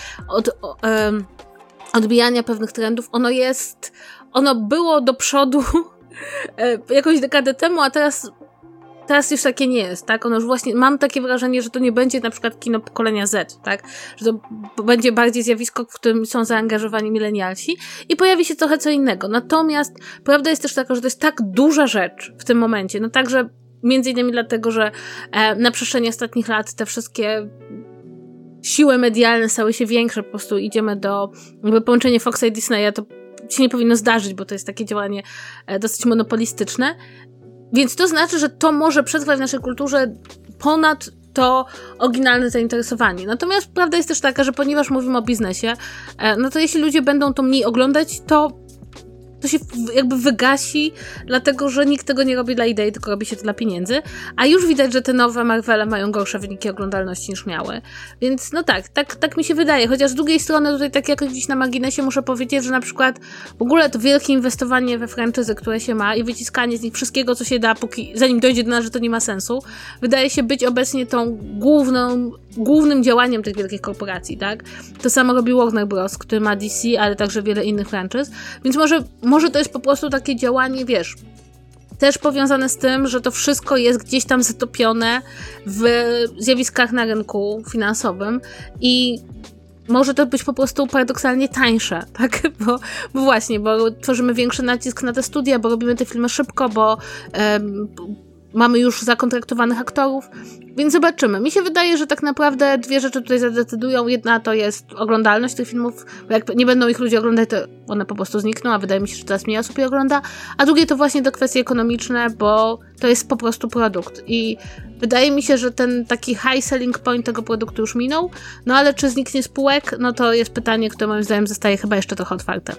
S2: odbijania pewnych trendów, ono było do przodu jakąś dekadę temu, a teraz już takie nie jest, tak? Ono już właśnie, mam takie wrażenie, że to nie będzie na przykład kino pokolenia Z, tak? Że to będzie bardziej zjawisko, w którym są zaangażowani milenialsi i pojawi się trochę co innego. Natomiast prawda jest też taka, że to jest tak duża rzecz w tym momencie, no także między innymi dlatego, że na przestrzeni ostatnich lat te wszystkie siły medialne stały się większe, po prostu idziemy do jakby połączenie Foxa i Disneya, to się nie powinno zdarzyć, bo to jest takie działanie dosyć monopolistyczne. Więc to znaczy, że to może przetrwać w naszej kulturze ponad to oryginalne zainteresowanie. Natomiast prawda jest też taka, że ponieważ mówimy o biznesie, no to jeśli ludzie będą to mniej oglądać, to się jakby wygasi, dlatego że nikt tego nie robi dla idei, tylko robi się to dla pieniędzy. A już widać, że te nowe Marvele mają gorsze wyniki oglądalności niż miały. Więc no tak mi się wydaje. Chociaż z drugiej strony tutaj tak jakoś gdzieś na marginesie muszę powiedzieć, że na przykład w ogóle to wielkie inwestowanie we franczyzy, które się ma i wyciskanie z nich wszystkiego, co się da, zanim dojdzie do nas, że to nie ma sensu, wydaje się być obecnie tą głównym działaniem tych wielkich korporacji, tak? To samo robi Warner Bros., który ma DC, ale także wiele innych franczyz. Więc może to jest po prostu takie działanie, wiesz, też powiązane z tym, że to wszystko jest gdzieś tam zatopione w zjawiskach na rynku finansowym i może to być po prostu paradoksalnie tańsze, tak? Bo tworzymy większy nacisk na te studia, bo robimy te filmy szybko, bo mamy już zakontraktowanych aktorów, więc zobaczymy. Mi się wydaje, że tak naprawdę dwie rzeczy tutaj zadecydują. Jedna to jest oglądalność tych filmów, bo jak nie będą ich ludzie oglądać, to one po prostu znikną, a wydaje mi się, że teraz mniej osób je ogląda. A drugie to właśnie te kwestie ekonomiczne, bo to jest po prostu produkt. I wydaje mi się, że ten taki high selling point tego produktu już minął, no ale czy zniknie z półek? No to jest pytanie, które moim zdaniem zostaje chyba jeszcze trochę otwarte.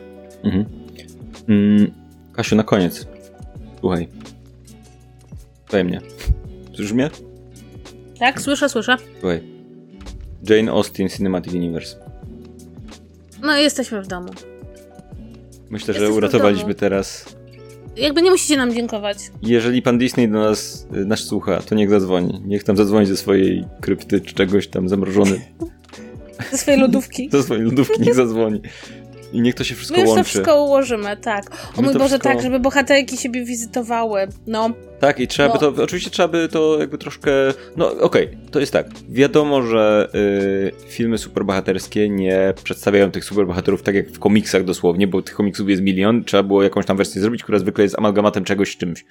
S1: Kasiu, na koniec. Słuchaj. Słuchaj mnie. Słyszysz mnie?
S2: Tak, słyszę.
S1: Słuchaj. Jane Austen Cinematic Universe.
S2: No jesteśmy w domu.
S1: Myślę, że uratowaliśmy teraz.
S2: Jakby nie musicie nam dziękować.
S1: Jeżeli pan Disney do nas słucha, to niech zadzwoni. Niech tam zadzwoni ze swojej krypty czy czegoś tam zamrożony.
S2: Ze swojej lodówki.
S1: Ze swojej lodówki niech zadzwoni. I niech to się wszystko
S2: łączy.
S1: My
S2: już to wszystko ułożymy, tak. O mój Boże, wszystko... tak, żeby bohaterki siebie wizytowały, no.
S1: Tak, i trzeba by to, oczywiście trzeba by to jakby troszkę, no okej, to jest tak. Wiadomo, że filmy superbohaterskie nie przedstawiają tych superbohaterów tak jak w komiksach dosłownie, bo tych komiksów jest milion, trzeba było jakąś tam wersję zrobić, która zwykle jest amalgamatem czegoś z czymś.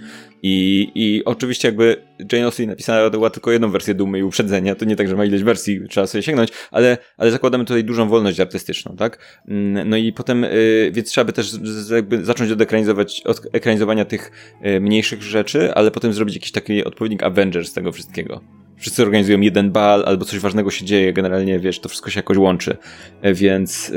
S1: I oczywiście jakby Jane Austen napisała tylko jedną wersję Dumy i Uprzedzenia, to nie tak, że ma ileś wersji, trzeba sobie sięgnąć, ale zakładamy tutaj dużą wolność artystyczną, tak? No i potem, więc trzeba by też jakby zacząć od ekranizowania tych mniejszych rzeczy, ale potem zrobić jakiś taki odpowiednik Avengers z tego wszystkiego. Wszyscy organizują jeden bal, albo coś ważnego się dzieje, generalnie, wiesz, to wszystko się jakoś łączy. Więc,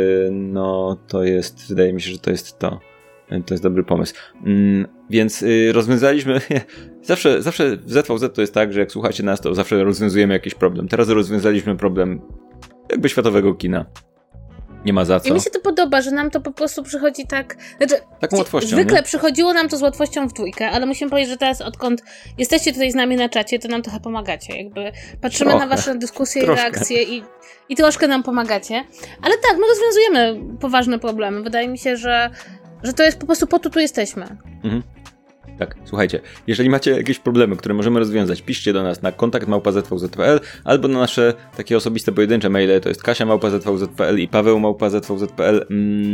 S1: no, to jest, wydaje mi się, że to jest to. To jest dobry pomysł. Więc rozwiązaliśmy, zawsze w ZVZ to jest tak, że jak słuchacie nas, to zawsze rozwiązujemy jakiś problem. Teraz rozwiązaliśmy problem jakby światowego kina. Nie ma za co.
S2: I mi się to podoba, że nam to po prostu przychodzi tak... Znaczy,
S1: taką łatwością,
S2: zwykle
S1: nie?
S2: Przychodziło nam to z łatwością w dwójkę, ale musimy powiedzieć, że teraz odkąd jesteście tutaj z nami na czacie, to nam trochę pomagacie. Jakby patrzymy na wasze dyskusje i reakcje i troszkę nam pomagacie. Ale tak, my rozwiązujemy poważne problemy. Wydaje mi się, że to jest po prostu po to tu jesteśmy.
S1: Mhm. Tak, słuchajcie, jeżeli macie jakieś problemy, które możemy rozwiązać, piszcie do nas na kontakt@zvz.pl albo na nasze takie osobiste pojedyncze maile, to jest kasia@zvz.pl i paweł@zvz.pl.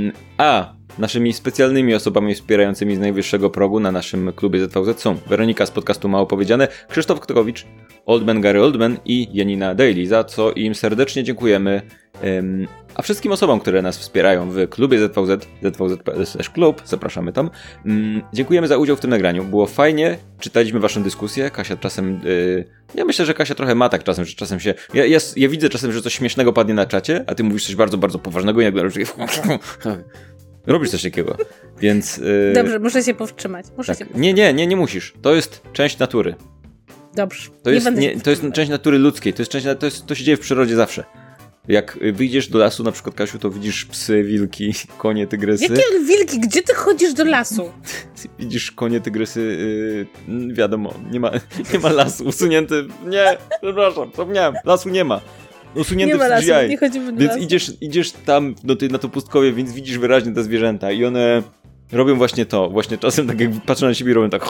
S1: A naszymi specjalnymi osobami wspierającymi z najwyższego progu na naszym klubie ZVZ są Weronika z podcastu Mało Powiedziane, Krzysztof Ktokowicz, Oldman Gary Oldman i Janina Daily, za co im serdecznie dziękujemy. A wszystkim osobom, które nas wspierają w klubie ZVZ, zvz.pl/klub, zapraszamy tam, dziękujemy za udział w tym nagraniu. Było fajnie, czytaliśmy waszą dyskusję, Kasia czasem, ja myślę, że Kasia trochę ma tak czasem, że czasem się, ja widzę czasem, że coś śmiesznego padnie na czacie, a ty mówisz coś bardzo, bardzo poważnego i nagle robisz coś takiego, więc...
S2: Dobrze, muszę się powstrzymać.
S1: Nie musisz, to jest część natury.
S2: Dobrze,
S1: to jest część natury ludzkiej, to się dzieje w przyrodzie zawsze. Jak wyjdziesz do lasu, na przykład, Kasiu, to widzisz psy, wilki, konie, tygrysy.
S2: Jakie wilki? Gdzie ty chodzisz do lasu?
S1: Widzisz konie, tygrysy, wiadomo, nie ma lasu, usunięty, nie, przepraszam, zapomniałem, lasu nie ma. Usunięty w CGI.
S2: Nie chodzimy do
S1: więc
S2: lasu.
S1: idziesz tam na to pustkowie, więc widzisz wyraźnie te zwierzęta i one robią właśnie to, właśnie czasem tak jak patrzą na siebie, robią tak,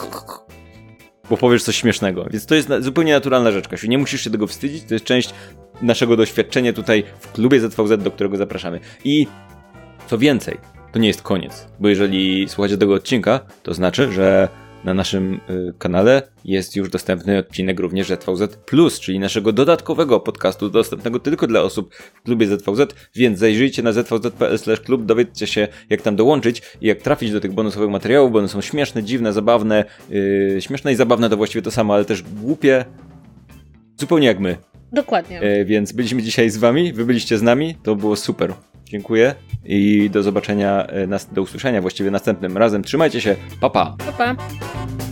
S1: bo powiesz coś śmiesznego, więc to jest zupełnie naturalna rzecz, Kasiu, nie musisz się tego wstydzić, to jest część naszego doświadczenia tutaj w klubie ZVZ, do którego zapraszamy. I co więcej, to nie jest koniec, bo jeżeli słuchacie tego odcinka, to że na naszym kanale jest już dostępny odcinek również ZVZ+, czyli naszego dodatkowego podcastu dostępnego tylko dla osób w klubie ZVZ, więc zajrzyjcie na zvz.pl/klub, dowiedzcie się jak tam dołączyć i jak trafić do tych bonusowych materiałów, bo one są śmieszne, dziwne, zabawne, śmieszne i zabawne to właściwie to samo, ale też głupie, zupełnie jak my.
S2: Dokładnie.
S1: Więc byliśmy dzisiaj z wami, wy byliście z nami, to było super. Dziękuję i do zobaczenia, do usłyszenia właściwie następnym razem. Trzymajcie się, pa pa!
S2: Pa pa!